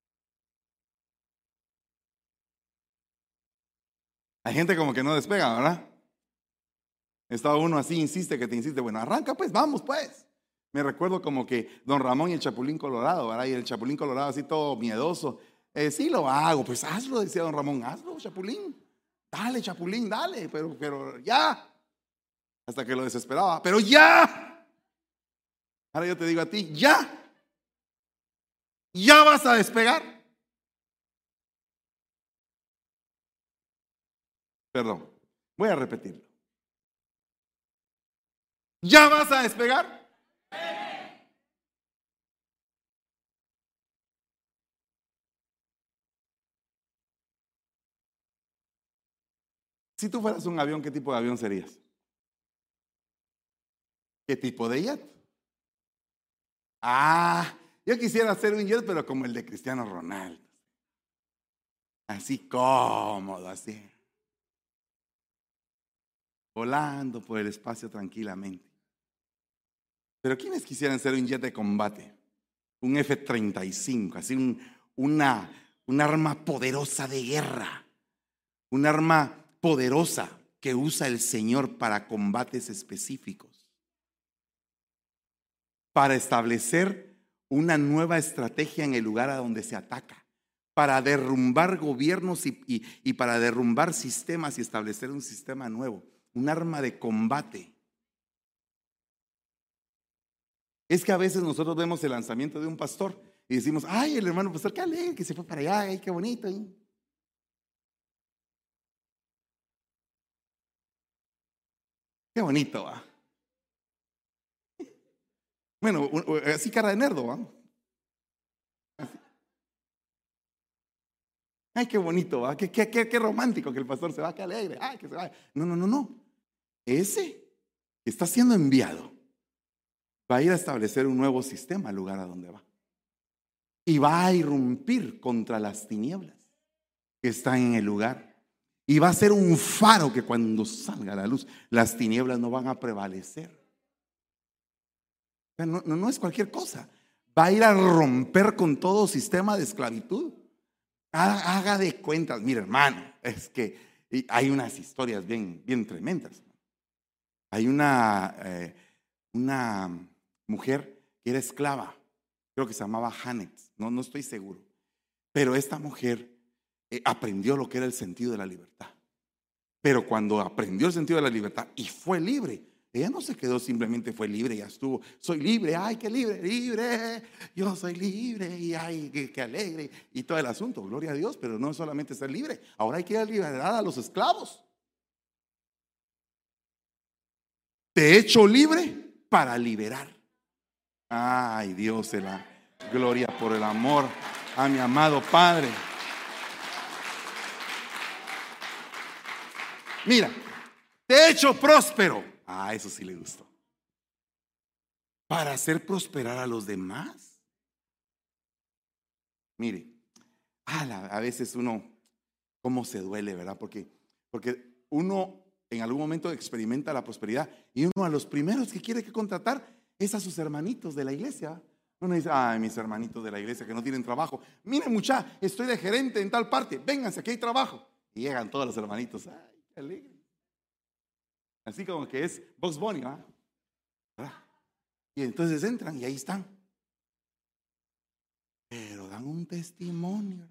Hay gente como que no despega, ¿verdad? Está uno así, insiste que te insiste, bueno, arranca pues, vamos pues. Me recuerdo como que don Ramón y el Chapulín Colorado, ¿verdad? Y el Chapulín Colorado así todo miedoso. Eh, sí lo hago, pues hazlo, decía don Ramón, hazlo, Chapulín. Dale, Chapulín, dale, pero, pero ya. Hasta que lo desesperaba, pero ya. Ahora yo te digo a ti, ya. Ya vas a despegar. Perdón, voy a repetirlo. ¿Ya vas a despegar? Si tú fueras un avión, ¿qué tipo de avión serías? ¿Qué tipo de jet? Ah, yo quisiera ser un jet, pero como el de Cristiano Ronaldo. Así cómodo, así. Volando por el espacio tranquilamente. Pero ¿quiénes quisieran ser un jet de combate? Un F treinta y cinco, así un, una, un arma poderosa de guerra. Un arma poderosa que usa el Señor para combates específicos. Para establecer una nueva estrategia en el lugar a donde se ataca. Para derrumbar gobiernos y, y, y para derrumbar sistemas y establecer un sistema nuevo. Un arma de combate. Es que a veces nosotros vemos el lanzamiento de un pastor y decimos, ay, el hermano pastor, qué alegre que se fue para allá, ay, qué bonito. ¿eh? Qué bonito, va. Bueno, así cara de nerdo, va. Ay, qué bonito, va. Qué, qué, qué, qué romántico que el pastor se va, qué alegre. Ay, que se va. No, no, no, no. Ese que está siendo enviado va a ir a establecer un nuevo sistema al lugar a donde va. Y va a irrumpir contra las tinieblas que están en el lugar. Y va a ser un faro que cuando salga la luz, las tinieblas no van a prevalecer. No, no, no es cualquier cosa. Va a ir a romper con todo sistema de esclavitud. Haga de cuentas, mire hermano, es que hay unas historias bien, bien tremendas. Hay una, eh, una mujer que era esclava, creo que se llamaba Janet, no, no estoy seguro. Pero esta mujer eh, aprendió lo que era el sentido de la libertad. Pero cuando aprendió el sentido de la libertad y fue libre, Ella no se quedó, simplemente fue libre, ya estuvo. Soy libre, ay, qué libre, libre. Yo soy libre y ay, qué, qué alegre. Y todo el asunto, gloria a Dios, pero no solamente ser libre. Ahora hay que liberar a los esclavos. Te he hecho libre para liberar. Ay, Dios, se la gloria por el amor a mi amado Padre. Mira, te he hecho próspero. Ah, eso sí le gustó. Para hacer prosperar a los demás. Mire, a, a veces uno, cómo se duele, ¿verdad? Porque, porque uno en algún momento experimenta la prosperidad y uno a los primeros que quiere que contratar es a sus hermanitos de la iglesia. Uno dice, ay, mis hermanitos de la iglesia que no tienen trabajo. Miren, mucha, estoy de gerente en tal parte, vénganse, aquí hay trabajo. Y llegan todos los hermanitos, ay, qué alegre. Así como que es Bugs Bunny, ¿verdad? Y entonces entran y ahí están. Pero dan un testimonio.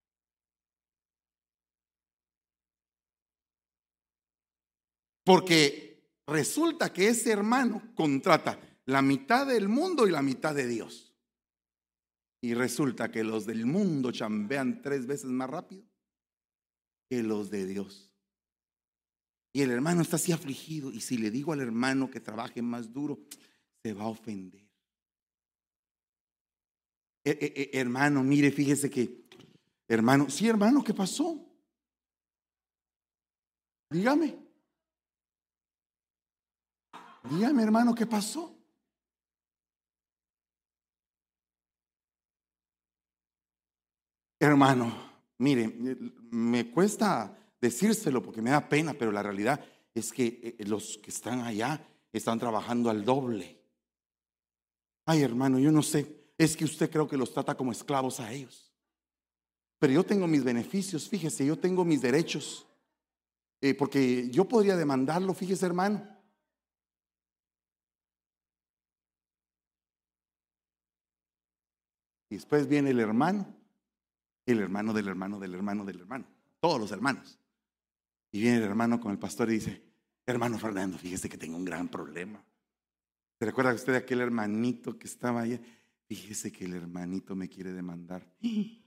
Porque resulta que ese hermano contrata la mitad del mundo y la mitad de Dios. Y resulta que los del mundo chambean tres veces más rápido que los de Dios. Y el hermano está así afligido. Y si le digo al hermano que trabaje más duro, se va a ofender. Eh, eh, eh, hermano, mire, fíjese que, hermano, sí, hermano, ¿qué pasó? Dígame. Dígame, hermano, ¿qué pasó? Hermano, mire, me cuesta decírselo porque me da pena, pero la realidad es que los que están allá están trabajando al doble. Ay, hermano, yo no sé, es que usted creo que los trata como esclavos a ellos. Pero yo tengo mis beneficios, fíjese, yo tengo mis derechos. Eh, porque yo podría demandarlo, fíjese, hermano. Y después viene el hermano, el hermano del hermano del hermano del hermano, todos los hermanos. Y viene el hermano con el pastor y dice, hermano Fernando, fíjese que tengo un gran problema. ¿Se recuerda usted de aquel hermanito que estaba allá? Fíjese que el hermanito me quiere demandar. De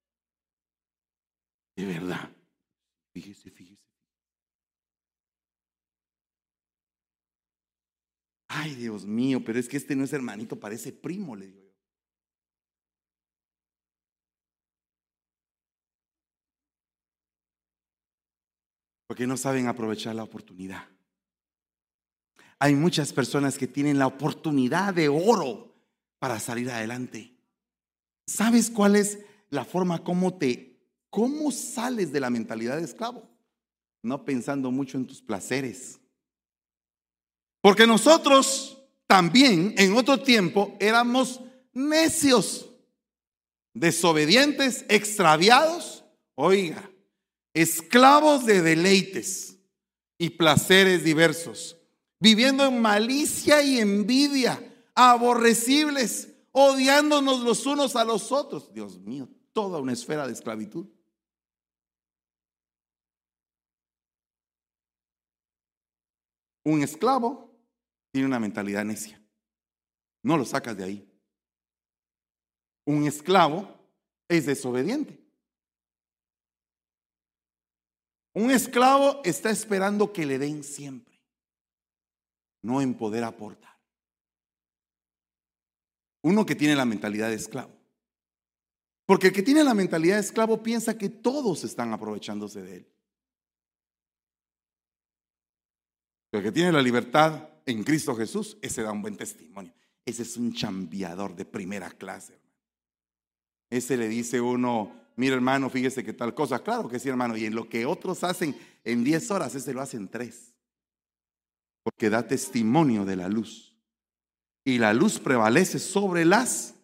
verdad. Fíjese, fíjese. Ay, Dios mío, pero es que este no es hermanito, parece primo, le digo yo. Porque no saben aprovechar la oportunidad. Hay muchas personas que tienen la oportunidad de oro para salir adelante. ¿Sabes cuál es la forma como te, cómo sales de la mentalidad de esclavo? No pensando mucho en tus placeres. Porque nosotros también en otro tiempo éramos necios, desobedientes, extraviados, oiga, esclavos de deleites y placeres diversos, viviendo en malicia y envidia, aborrecibles, odiándonos los unos a los otros. Dios mío, toda una esfera de esclavitud. Un esclavo tiene una mentalidad necia. No lo sacas de ahí. Un esclavo es desobediente. Un esclavo está esperando que le den siempre, no en poder aportar. Uno que tiene la mentalidad de esclavo. Porque el que tiene la mentalidad de esclavo piensa que todos están aprovechándose de él. El que tiene la libertad en Cristo Jesús, ese da un buen testimonio. Ese es un chambeador de primera clase, hermano. Ese le dice uno, mira, hermano, fíjese que tal cosa. Claro que sí, hermano. Y en lo que otros hacen en diez horas, ese lo hace en tres. Porque da testimonio de la luz. Y la luz prevalece sobre las.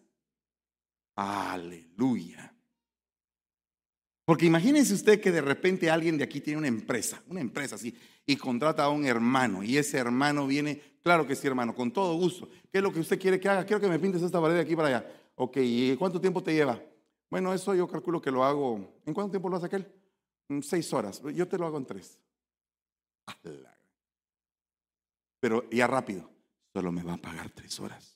Aleluya. Porque imagínense usted que de repente alguien de aquí tiene una empresa, una empresa así, y contrata a un hermano, y ese hermano viene, claro que sí, hermano, con todo gusto. ¿Qué es lo que usted quiere que haga? Quiero que me pintes esta pared de aquí para allá. Ok, ¿y cuánto tiempo te lleva? Bueno, eso yo calculo que lo hago. ¿En cuánto tiempo lo hace aquel? En seis horas. Yo te lo hago en tres. pero ya rápido, solo me va a pagar tres horas.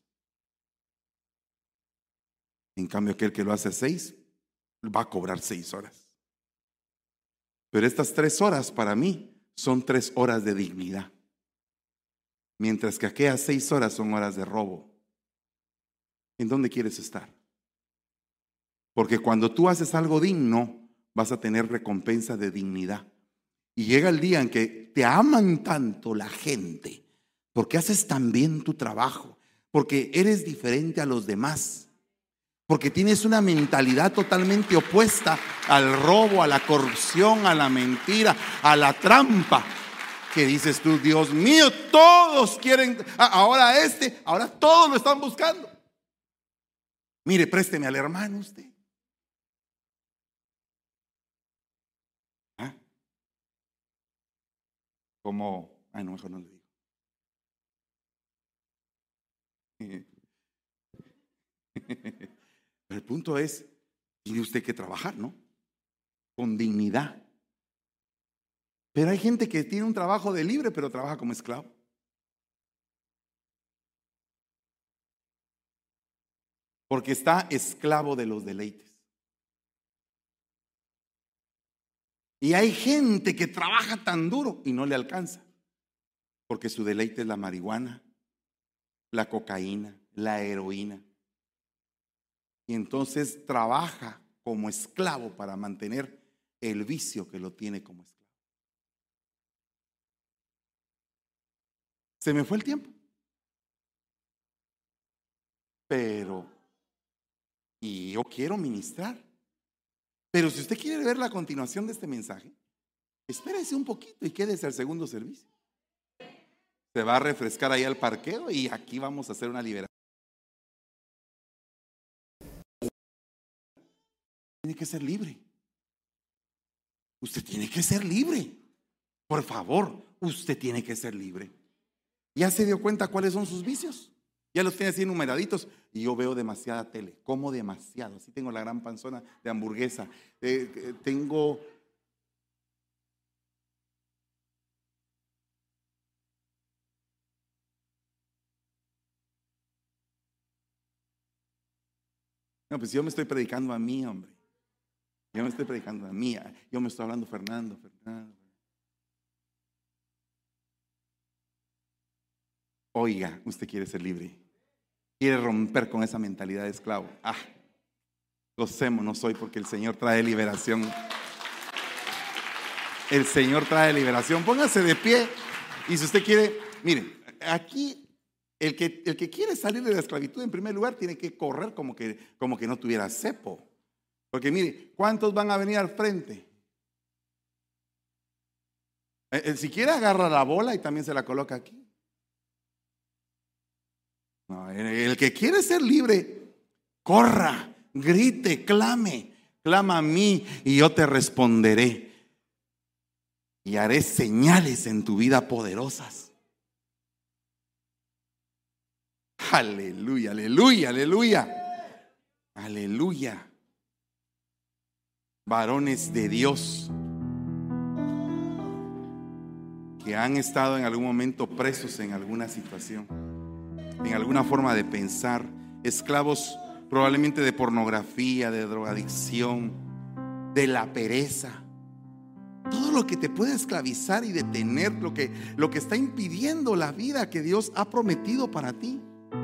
En cambio, aquel que lo hace seis, va a cobrar seis horas. Pero estas tres horas para mí son tres horas de dignidad. Mientras que aquellas seis horas son horas de robo. ¿En dónde quieres estar? Porque cuando tú haces algo digno, vas a tener recompensa de dignidad. Y llega el día en que te aman tanto la gente, porque haces tan bien tu trabajo, porque eres diferente a los demás, porque tienes una mentalidad totalmente opuesta al robo, a la corrupción, a la mentira, a la trampa, que dices tú, Dios mío, todos quieren, ahora este, ahora todos lo están buscando. Mire, présteme al hermano usted. ¿Ah? Como, ay, no, mejor no le digo. Pero el punto es, tiene usted que trabajar, ¿no? Con dignidad. Pero hay gente que tiene un trabajo de libre, pero trabaja como esclavo. Porque está esclavo de los deleites. Y hay gente que trabaja tan duro y no le alcanza. Porque su deleite es la marihuana, la cocaína, la heroína. Y entonces trabaja como esclavo para mantener el vicio que lo tiene como esclavo. Se me fue el tiempo. Pero, y yo quiero ministrar. Pero si usted quiere ver la continuación de este mensaje, espérese un poquito y quédese al segundo servicio. Se va a refrescar ahí al parqueo y aquí vamos a hacer una liberación. Tiene que ser libre. Usted tiene que ser libre. Por favor, usted tiene que ser libre. ¿Ya se dio cuenta cuáles son sus vicios? Ya los tiene así enumeraditos. Y yo veo demasiada tele, como demasiado. Así tengo la gran panzona de hamburguesa. Eh, eh, tengo... No, pues yo me estoy predicando a mí, hombre. Yo me estoy predicando a mí. Yo me estoy hablando Fernando, Fernando. Oiga, usted quiere ser libre. Quiere romper con esa mentalidad de esclavo. Ah, gocémonos hoy porque el Señor trae liberación. El Señor trae liberación. Póngase de pie. Y si usted quiere, mire, aquí el que, el que quiere salir de la esclavitud en primer lugar tiene que correr como que, como que no tuviera cepo. Porque mire, ¿cuántos van a venir al frente? El, si quiere agarra la bola y también se la coloca aquí. No, el que quiere ser libre, corra, grite, clame, clama a mí y yo te responderé. Y haré señales en tu vida poderosas. Aleluya, aleluya, aleluya. Aleluya. Varones de Dios que han estado en algún momento presos en alguna situación, en alguna forma de pensar, esclavos probablemente de pornografía, de drogadicción, de la pereza, todo lo que te puede esclavizar y detener, lo que, lo que está impidiendo la vida que Dios ha prometido para ti.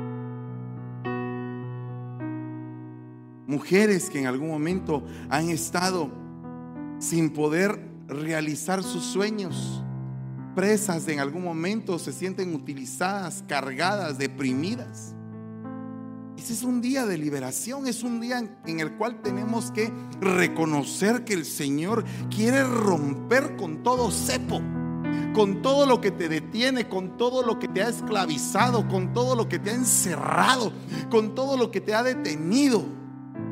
Mujeres que en algún momento han estado sin poder realizar sus sueños, presas en algún momento, se sienten utilizadas, cargadas, deprimidas. Ese es un día de liberación, es un día en el cual tenemos que reconocer que el Señor quiere romper con todo cepo, con todo lo que te detiene, con todo lo que te ha esclavizado, con todo lo que te ha encerrado, con todo lo que te ha detenido.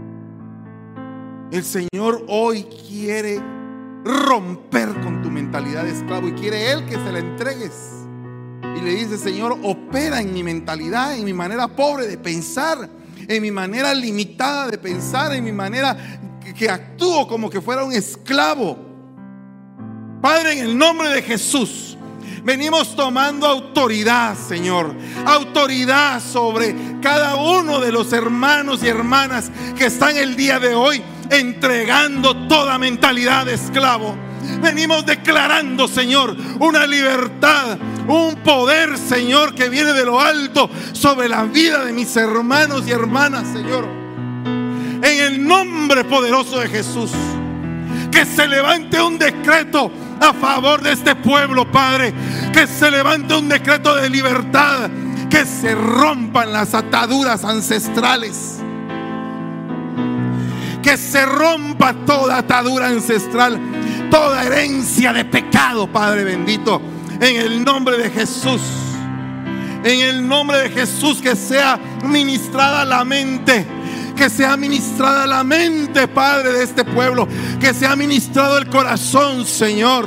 El Señor hoy quiere romper con tu mentalidad de esclavo y quiere Él que se la entregues. Y le dice: Señor, opera en mi mentalidad, en mi manera pobre de pensar, en mi manera limitada de pensar, en mi manera que, que actúo como que fuera un esclavo. Padre, en el nombre de Jesús, Venimos tomando autoridad, Señor, autoridad sobre cada uno de los hermanos y hermanas que están el día de hoy entregando toda mentalidad de esclavo. Venimos declarando, Señor, una libertad, un poder, Señor, que viene de lo alto sobre la vida de mis hermanos y hermanas, Señor. En el nombre poderoso de Jesús, que se levante un decreto a favor de este pueblo, Padre. Que se levante un decreto de libertad, que se rompan las ataduras ancestrales, que se rompa toda atadura ancestral, toda herencia de pecado, Padre bendito, en el nombre de Jesús. En el nombre de Jesús, que sea ministrada la mente, que sea ministrada la mente, Padre, de este pueblo, que sea ministrado el corazón, Señor.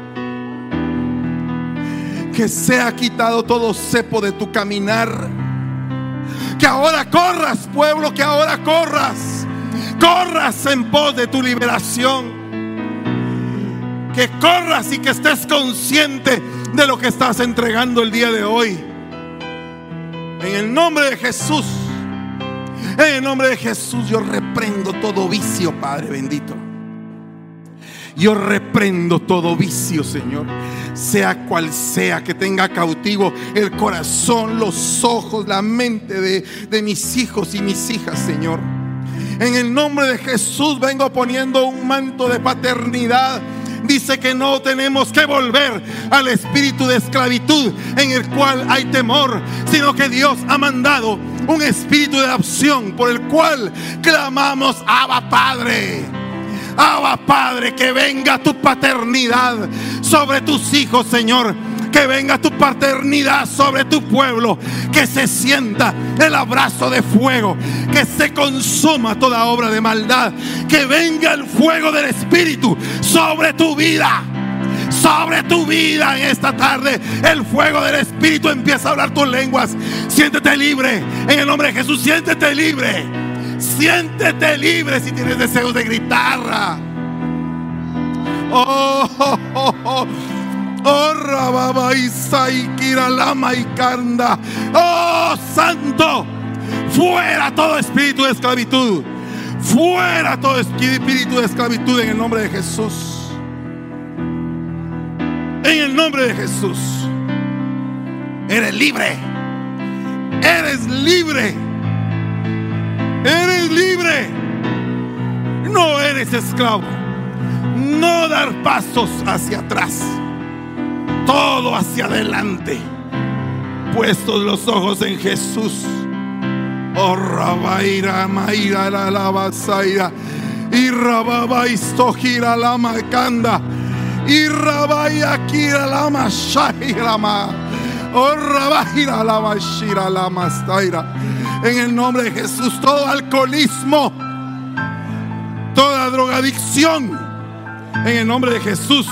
Que sea quitado todo cepo de tu caminar. Que ahora corras, pueblo, que ahora corras. Corras en pos de tu liberación. Que corras y que estés consciente de lo que estás entregando el día de hoy. En el nombre de Jesús. En el nombre de Jesús yo reprendo todo vicio, Padre bendito. Yo reprendo todo vicio, Señor, sea cual sea, que tenga cautivo el corazón, los ojos, la mente de, de mis hijos y mis hijas, Señor. En el nombre de Jesús vengo poniendo un manto de paternidad. Dice que no tenemos que volver al espíritu de esclavitud en el cual hay temor, sino que Dios ha mandado un espíritu de adopción por el cual clamamos: Abba Padre. Abba Padre, que venga tu paternidad sobre tus hijos, Señor. Que venga tu paternidad sobre tu pueblo. Que se sienta el abrazo de fuego. Que se consuma toda obra de maldad. Que venga el fuego del Espíritu sobre tu vida. Sobre tu vida en esta tarde. El fuego del Espíritu empieza a hablar tus lenguas. Siéntete libre. En el nombre de Jesús, siéntete libre. Siéntete libre si tienes deseos de gritar. Oh, oh, oh, oh. Oh, Rababa Isai Kiralama y Kanda. Oh, Santo, fuera todo espíritu de esclavitud. Fuera todo espíritu de esclavitud en el nombre de Jesús. En el nombre de Jesús. Eres libre. Eres libre. Eres libre. No eres esclavo. No dar pasos hacia atrás. Todo hacia adelante. Puestos los ojos en Jesús. Oh, Rabaira, Maira, la Lavasaira. Y Rababaisto gira la Macanda. Y Rabaya Kira la Mashairama. Oh, Rabaira la Mashira la Mastaira. En el nombre de Jesús, todo alcoholismo, toda drogadicción, en el nombre de Jesús,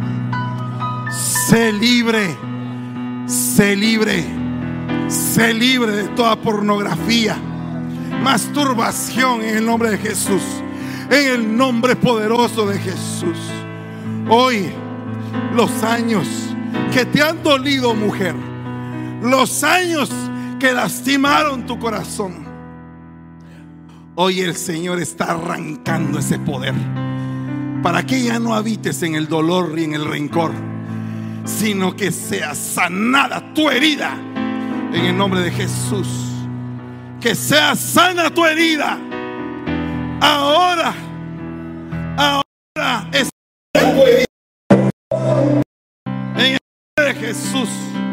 sé libre, sé libre, sé libre de toda pornografía, masturbación, en el nombre de Jesús, en el nombre poderoso de Jesús. Hoy, los años que te han dolido, mujer, los años que lastimaron tu corazón, hoy el Señor está arrancando ese poder para que ya no habites en el dolor y en el rencor, sino que sea sanada tu herida en el nombre de Jesús. Que sea sana tu herida ahora. Ahora es en el nombre de Jesús.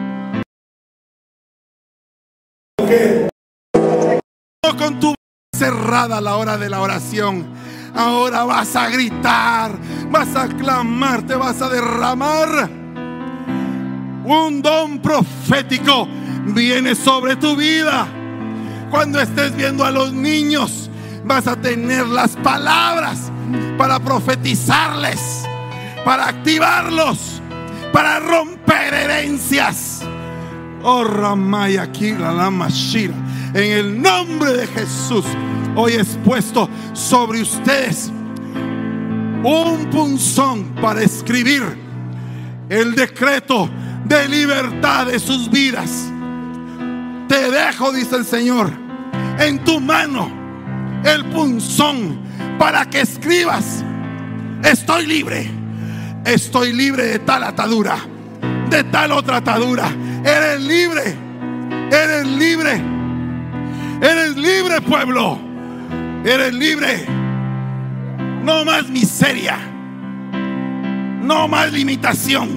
Con tu boca cerrada a la hora de la oración, ahora vas a gritar, vas a clamar, te vas a derramar. Un don profético viene sobre tu vida. Cuando estés viendo a los niños, vas a tener las palabras para profetizarles, para activarlos, para romper herencias. Oh, Ramaya Kira la Mashira. En el nombre de Jesús, hoy es puesto sobre ustedes un punzón para escribir el decreto de libertad de sus vidas. Te dejo, dice el Señor, en tu mano el punzón para que escribas: estoy libre, estoy libre de tal atadura, de tal otra atadura. Eres libre, eres libre, eres libre, pueblo, eres libre. No más miseria, no más limitación,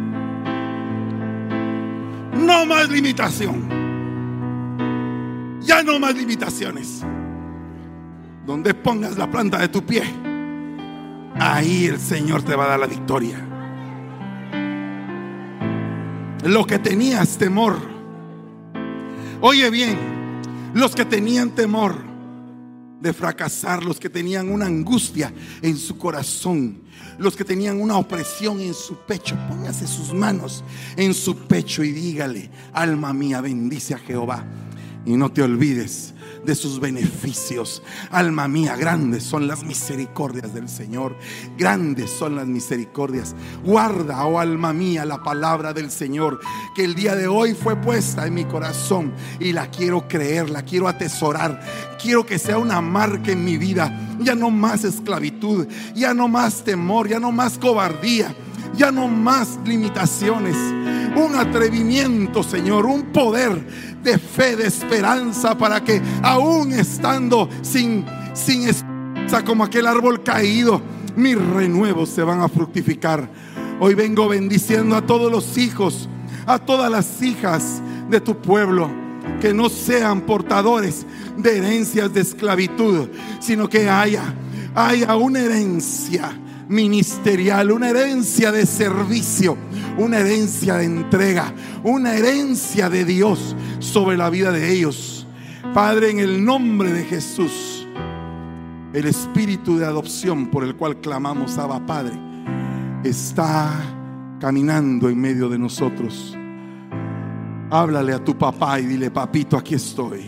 no más limitación. Ya no más limitaciones. Donde pongas la planta de tu pie, ahí el Señor te va a dar la victoria. Lo que tenías temor, oye bien, los que tenían temor de fracasar, los que tenían una angustia en su corazón, los que tenían una opresión en su pecho, póngase sus manos en su pecho y dígale: alma mía, bendice a Jehová y no te olvides de sus beneficios. Alma mía, grandes son las misericordias del Señor, grandes son las misericordias. Guarda, oh alma mía, la palabra del Señor, que el día de hoy fue puesta en mi corazón y la quiero creer, la quiero atesorar. Quiero que sea una marca en mi vida. Ya no más esclavitud, ya no más temor, ya no más cobardía, ya no más limitaciones. Un atrevimiento, Señor, un poder de fe, de esperanza, para que aún estando sin, sin esperanza, como aquel árbol caído, mis renuevos se van a fructificar. Hoy vengo bendiciendo a todos los hijos, a todas las hijas de tu pueblo, que no sean portadores de herencias de esclavitud, sino que haya, haya una herencia ministerial, una herencia de servicio, una herencia de entrega, una herencia de Dios sobre la vida de ellos. Padre, en el nombre de Jesús, el espíritu de adopción por el cual clamamos Abba Padre está caminando en medio de nosotros. Háblale a tu papá y dile: papito, aquí estoy,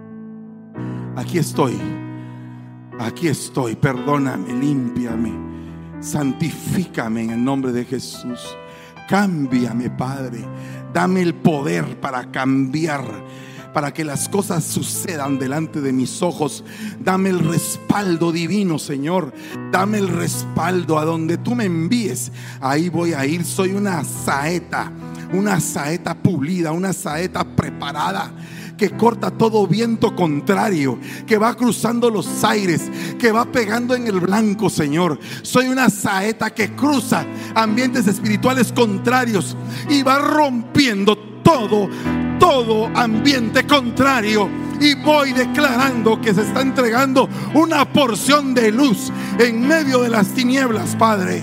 aquí estoy, aquí estoy, perdóname, límpiame, santifícame en el nombre de Jesús. Cámbiame, Padre. Dame el poder para cambiar, para que las cosas sucedan delante de mis ojos. Dame el respaldo divino, Señor. Dame el respaldo a donde tú me envíes. Ahí voy a ir. Soy una saeta, una saeta pulida, una saeta preparada, que corta todo viento contrario, que va cruzando los aires, que va pegando en el blanco, Señor. Soy una saeta que cruza ambientes espirituales contrarios y va rompiendo todo, todo ambiente contrario. Y voy declarando que se está entregando una porción de luz en medio de las tinieblas, Padre.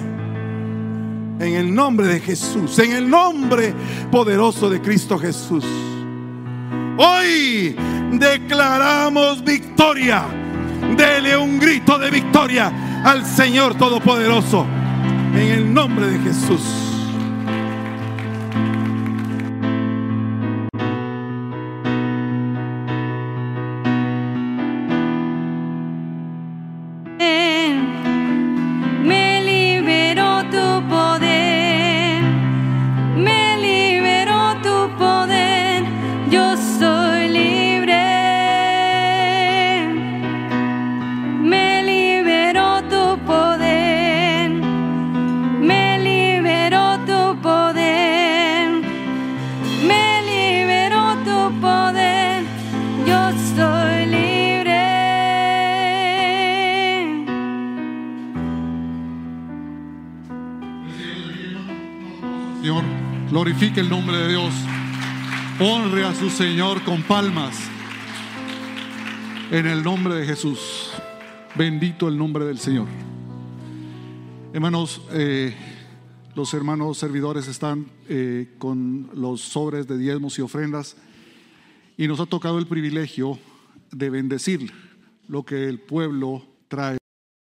En el nombre de Jesús, en el nombre poderoso de Cristo Jesús. Hoy declaramos victoria. Dele un grito de victoria al Señor Todopoderoso, en el nombre de Jesús. Glorifique el nombre de Dios. Honre a su Señor con palmas. En el nombre de Jesús. Bendito el nombre del Señor. Hermanos, eh, los hermanos servidores están eh, con los sobres de diezmos y ofrendas, y nos ha tocado el privilegio de bendecir lo que el pueblo trae.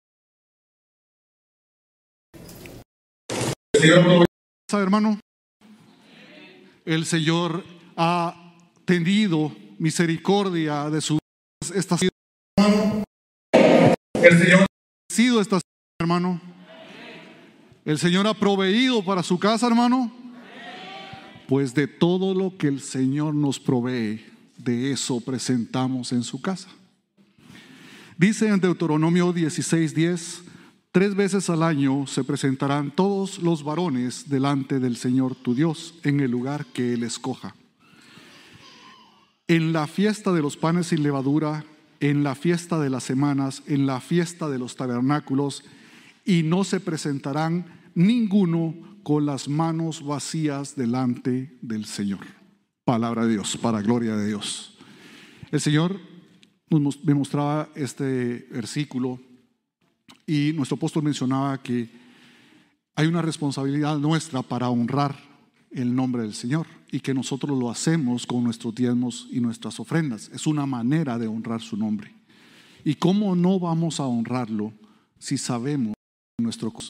Hermano, el Señor ha tenido misericordia de su esta hermano. El Señor ha sido esta hermano. El Señor ha proveído para su casa, hermano. pues de todo lo que el Señor nos provee, de eso presentamos en su casa. Dice en Deuteronomio dieciséis diez, tres veces al año se presentarán todos los varones delante del Señor tu Dios en el lugar que Él escoja. En la fiesta de los panes sin levadura, en la fiesta de las semanas, en la fiesta de los tabernáculos, y no se presentarán ninguno con las manos vacías delante del Señor. Palabra de Dios, para gloria de Dios. El Señor me mostraba este versículo y nuestro apóstol mencionaba que hay una responsabilidad nuestra para honrar el nombre del Señor y que nosotros lo hacemos con nuestros diezmos y nuestras ofrendas. Es una manera de honrar su nombre. ¿Y cómo no vamos a honrarlo si sabemos que nuestro corazón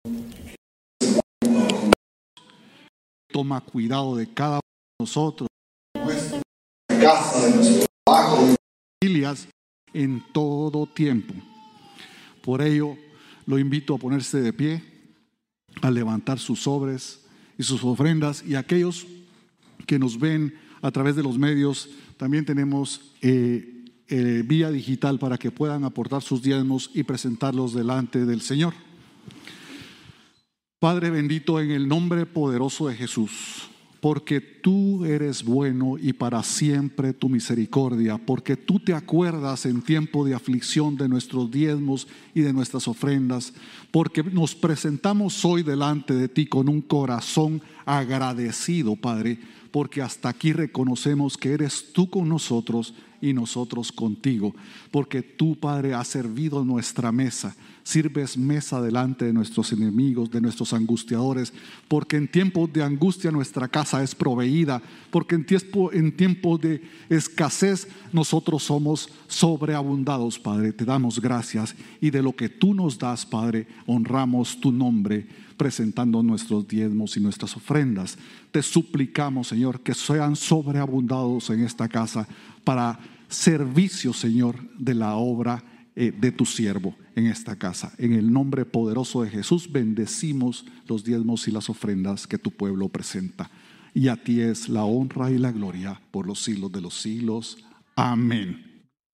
toma cuidado de cada uno de nosotros, de nuestra casa, de nuestro trabajo, de nuestras familias, en todo tiempo? Por ello, lo invito a ponerse de pie, a levantar sus sobres y sus ofrendas, y aquellos que nos ven a través de los medios, también tenemos eh, eh, vía digital para que puedan aportar sus diezmos y presentarlos delante del Señor. Padre bendito, en el nombre poderoso de Jesús, porque tú eres bueno y para siempre tu misericordia, porque tú te acuerdas en tiempo de aflicción de nuestros diezmos y de nuestras ofrendas, porque nos presentamos hoy delante de ti con un corazón agradecido, Padre, porque hasta aquí reconocemos que eres tú con nosotros y nosotros contigo, porque tú, Padre, has servido nuestra mesa. Sirves mesa delante de nuestros enemigos, de nuestros angustiadores, porque en tiempos de angustia nuestra casa es proveída, porque en tiempo, en tiempos de escasez nosotros somos sobreabundados, Padre. Te damos gracias y de lo que tú nos das, Padre, honramos tu nombre, presentando nuestros diezmos y nuestras ofrendas. Te suplicamos, Señor, que sean sobreabundados en esta casa para servicio, Señor, de la obra Eh, de tu siervo en esta casa. En el nombre poderoso de Jesús bendecimos los diezmos y las ofrendas que tu pueblo presenta, y a ti es la honra y la gloria por los siglos de los siglos. Amén.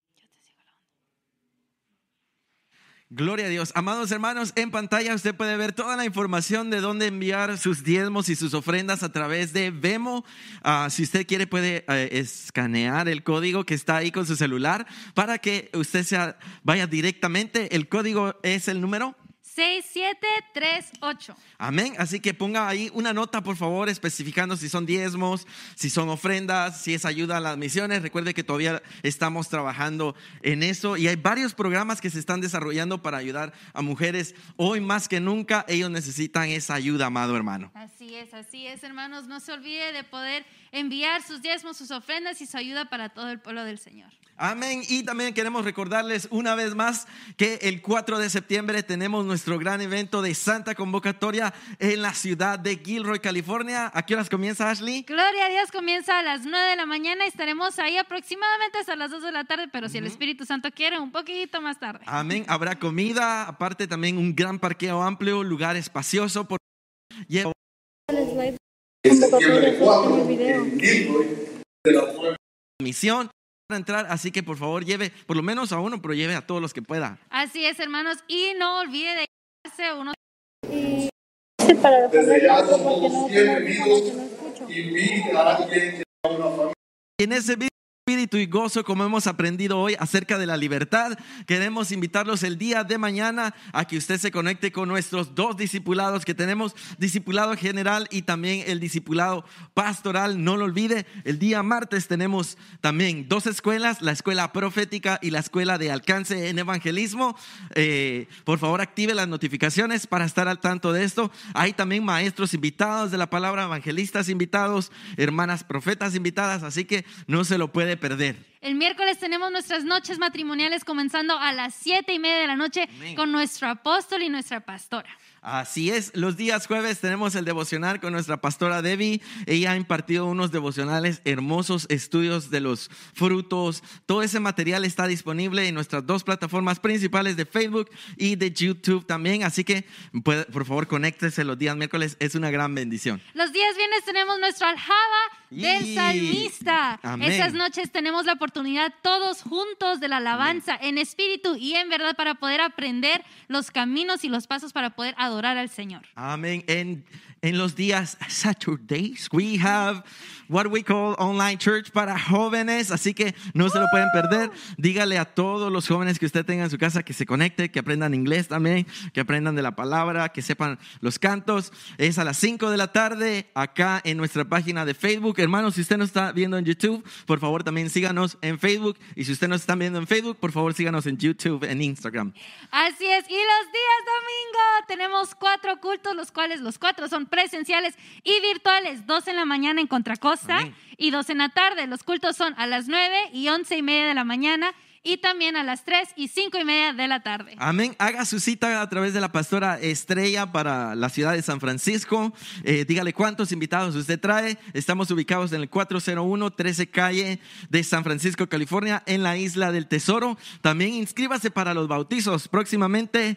Gloria a Dios. Amados hermanos, en pantalla usted puede ver toda la información de dónde enviar sus diezmos y sus ofrendas a través de Venmo. Uh, si usted quiere puede uh, escanear el código que está ahí con su celular para que usted se vaya directamente. El código es el número seis siete tres ocho. Amén. Así que ponga ahí una nota, por favor, especificando si son diezmos, si son ofrendas, si es ayuda a las misiones. Recuerde que todavía estamos trabajando en eso y hay varios programas que se están desarrollando para ayudar a mujeres. Hoy más que nunca ellos necesitan esa ayuda, amado hermano. Así es, así es, hermanos. No se olvide de poder enviar sus diezmos, sus ofrendas y su ayuda para todo el pueblo del Señor. Amén. Y también queremos recordarles una vez más que el cuatro de septiembre tenemos nuestro gran evento de Santa Convocatoria en la ciudad de Gilroy, California. ¿A qué horas comienza, Ashley? Gloria a Dios, comienza a las nueve de la mañana y estaremos ahí aproximadamente hasta las dos de la tarde, pero si uh-huh. el Espíritu Santo quiere, un poquito más tarde. Amén. Habrá comida, aparte también un gran parqueo amplio, lugar espacioso. Por... Lleva... Misión para entrar, así que por favor lleve por lo menos a uno, pero lleve a todos los que pueda. Así es, hermanos, y no olvide de llevarse uno. Y para desde ya somos bienvenidos. Invita a alguien a una familia. En ese video, espíritu y gozo, como hemos aprendido hoy acerca de la libertad, queremos invitarlos el día de mañana a que usted se conecte con nuestros dos discipulados que tenemos, discipulado general y también el discipulado pastoral. No lo olvide, el día martes tenemos también dos escuelas, la escuela profética y la escuela de alcance en evangelismo. Eh, por favor active las notificaciones para estar al tanto de esto. Hay también maestros invitados de la palabra, evangelistas invitados, hermanas profetas invitadas, así que no se lo puede perder. perder. El miércoles tenemos nuestras noches matrimoniales comenzando a las siete y media de la noche Amén. con nuestro apóstol y nuestra pastora. Así es, los días jueves tenemos el devocional con nuestra pastora Debbie. Ella ha impartido unos devocionales hermosos, estudios de los frutos. Todo ese material está disponible en nuestras dos plataformas principales de Facebook y de YouTube también. Así que, puede, por favor, conéctese los días miércoles. Es una gran bendición. Los días viernes tenemos nuestro aljaba del Y- salmista. Amén. Esas noches tenemos la oportunidad todos juntos de la alabanza en espíritu y en verdad para poder aprender los caminos y los pasos para poder adorar al Señor. Amén. En, en los días Saturdays, we have what we call online church para jóvenes, así que no se lo pueden perder. Dígale a todos los jóvenes que usted tenga en su casa que se conecte, que aprendan inglés también, que aprendan de la palabra, que sepan los cantos. Es a las cinco de la tarde acá en nuestra página de Facebook. Hermanos, si usted nos está viendo en YouTube, por favor también síganos en Facebook. Y si usted nos está viendo en Facebook, por favor síganos en YouTube, en Instagram. Así es, y los días domingo tenemos cuatro cultos, los cuales los cuatro son presenciales y virtuales, dos en la mañana en Contracosta Amén. y dos en la tarde. Los cultos son a las nueve y once y media de la mañana y también a las tres y cinco y media de la tarde. Amén. Haga su cita a través de la pastora Estrella para la ciudad de San Francisco. Eh, dígale cuántos invitados usted trae. Estamos ubicados en el cuatrocientos uno, trece calle de San Francisco, California, en la Isla del Tesoro. También inscríbase para los bautizos próximamente.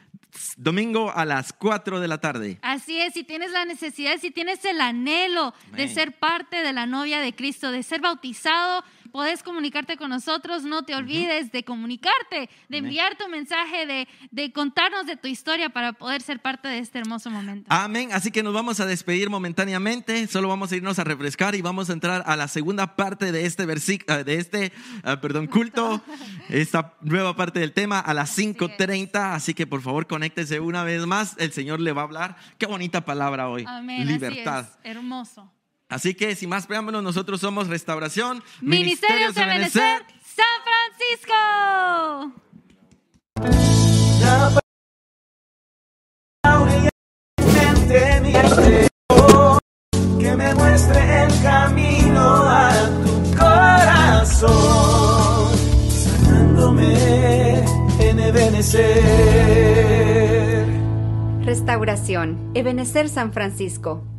Domingo a las cuatro de la tarde. Así es, si tienes la necesidad, si tienes el anhelo de Amén. ser parte de la novia de Cristo, de ser bautizado, puedes comunicarte con nosotros. No te olvides de comunicarte, de enviar tu mensaje, de, de contarnos de tu historia para poder ser parte de este hermoso momento. Amén. Así que nos vamos a despedir momentáneamente. Solo vamos a irnos a refrescar y vamos a entrar a la segunda parte de este versículo, de este, uh, perdón, culto. Esta nueva parte del tema a las cinco treinta. Así que por favor conéctese una vez más. El Señor le va a hablar. Qué bonita palabra hoy. Amén. Libertad. Así es, hermoso. Así que sin más preámbulos, nosotros somos Restauración Ministerios de Benecer, San Francisco. Que me muestre el camino a tu corazón, sanándome en Ebenecer. Restauración, Ebenecer San Francisco.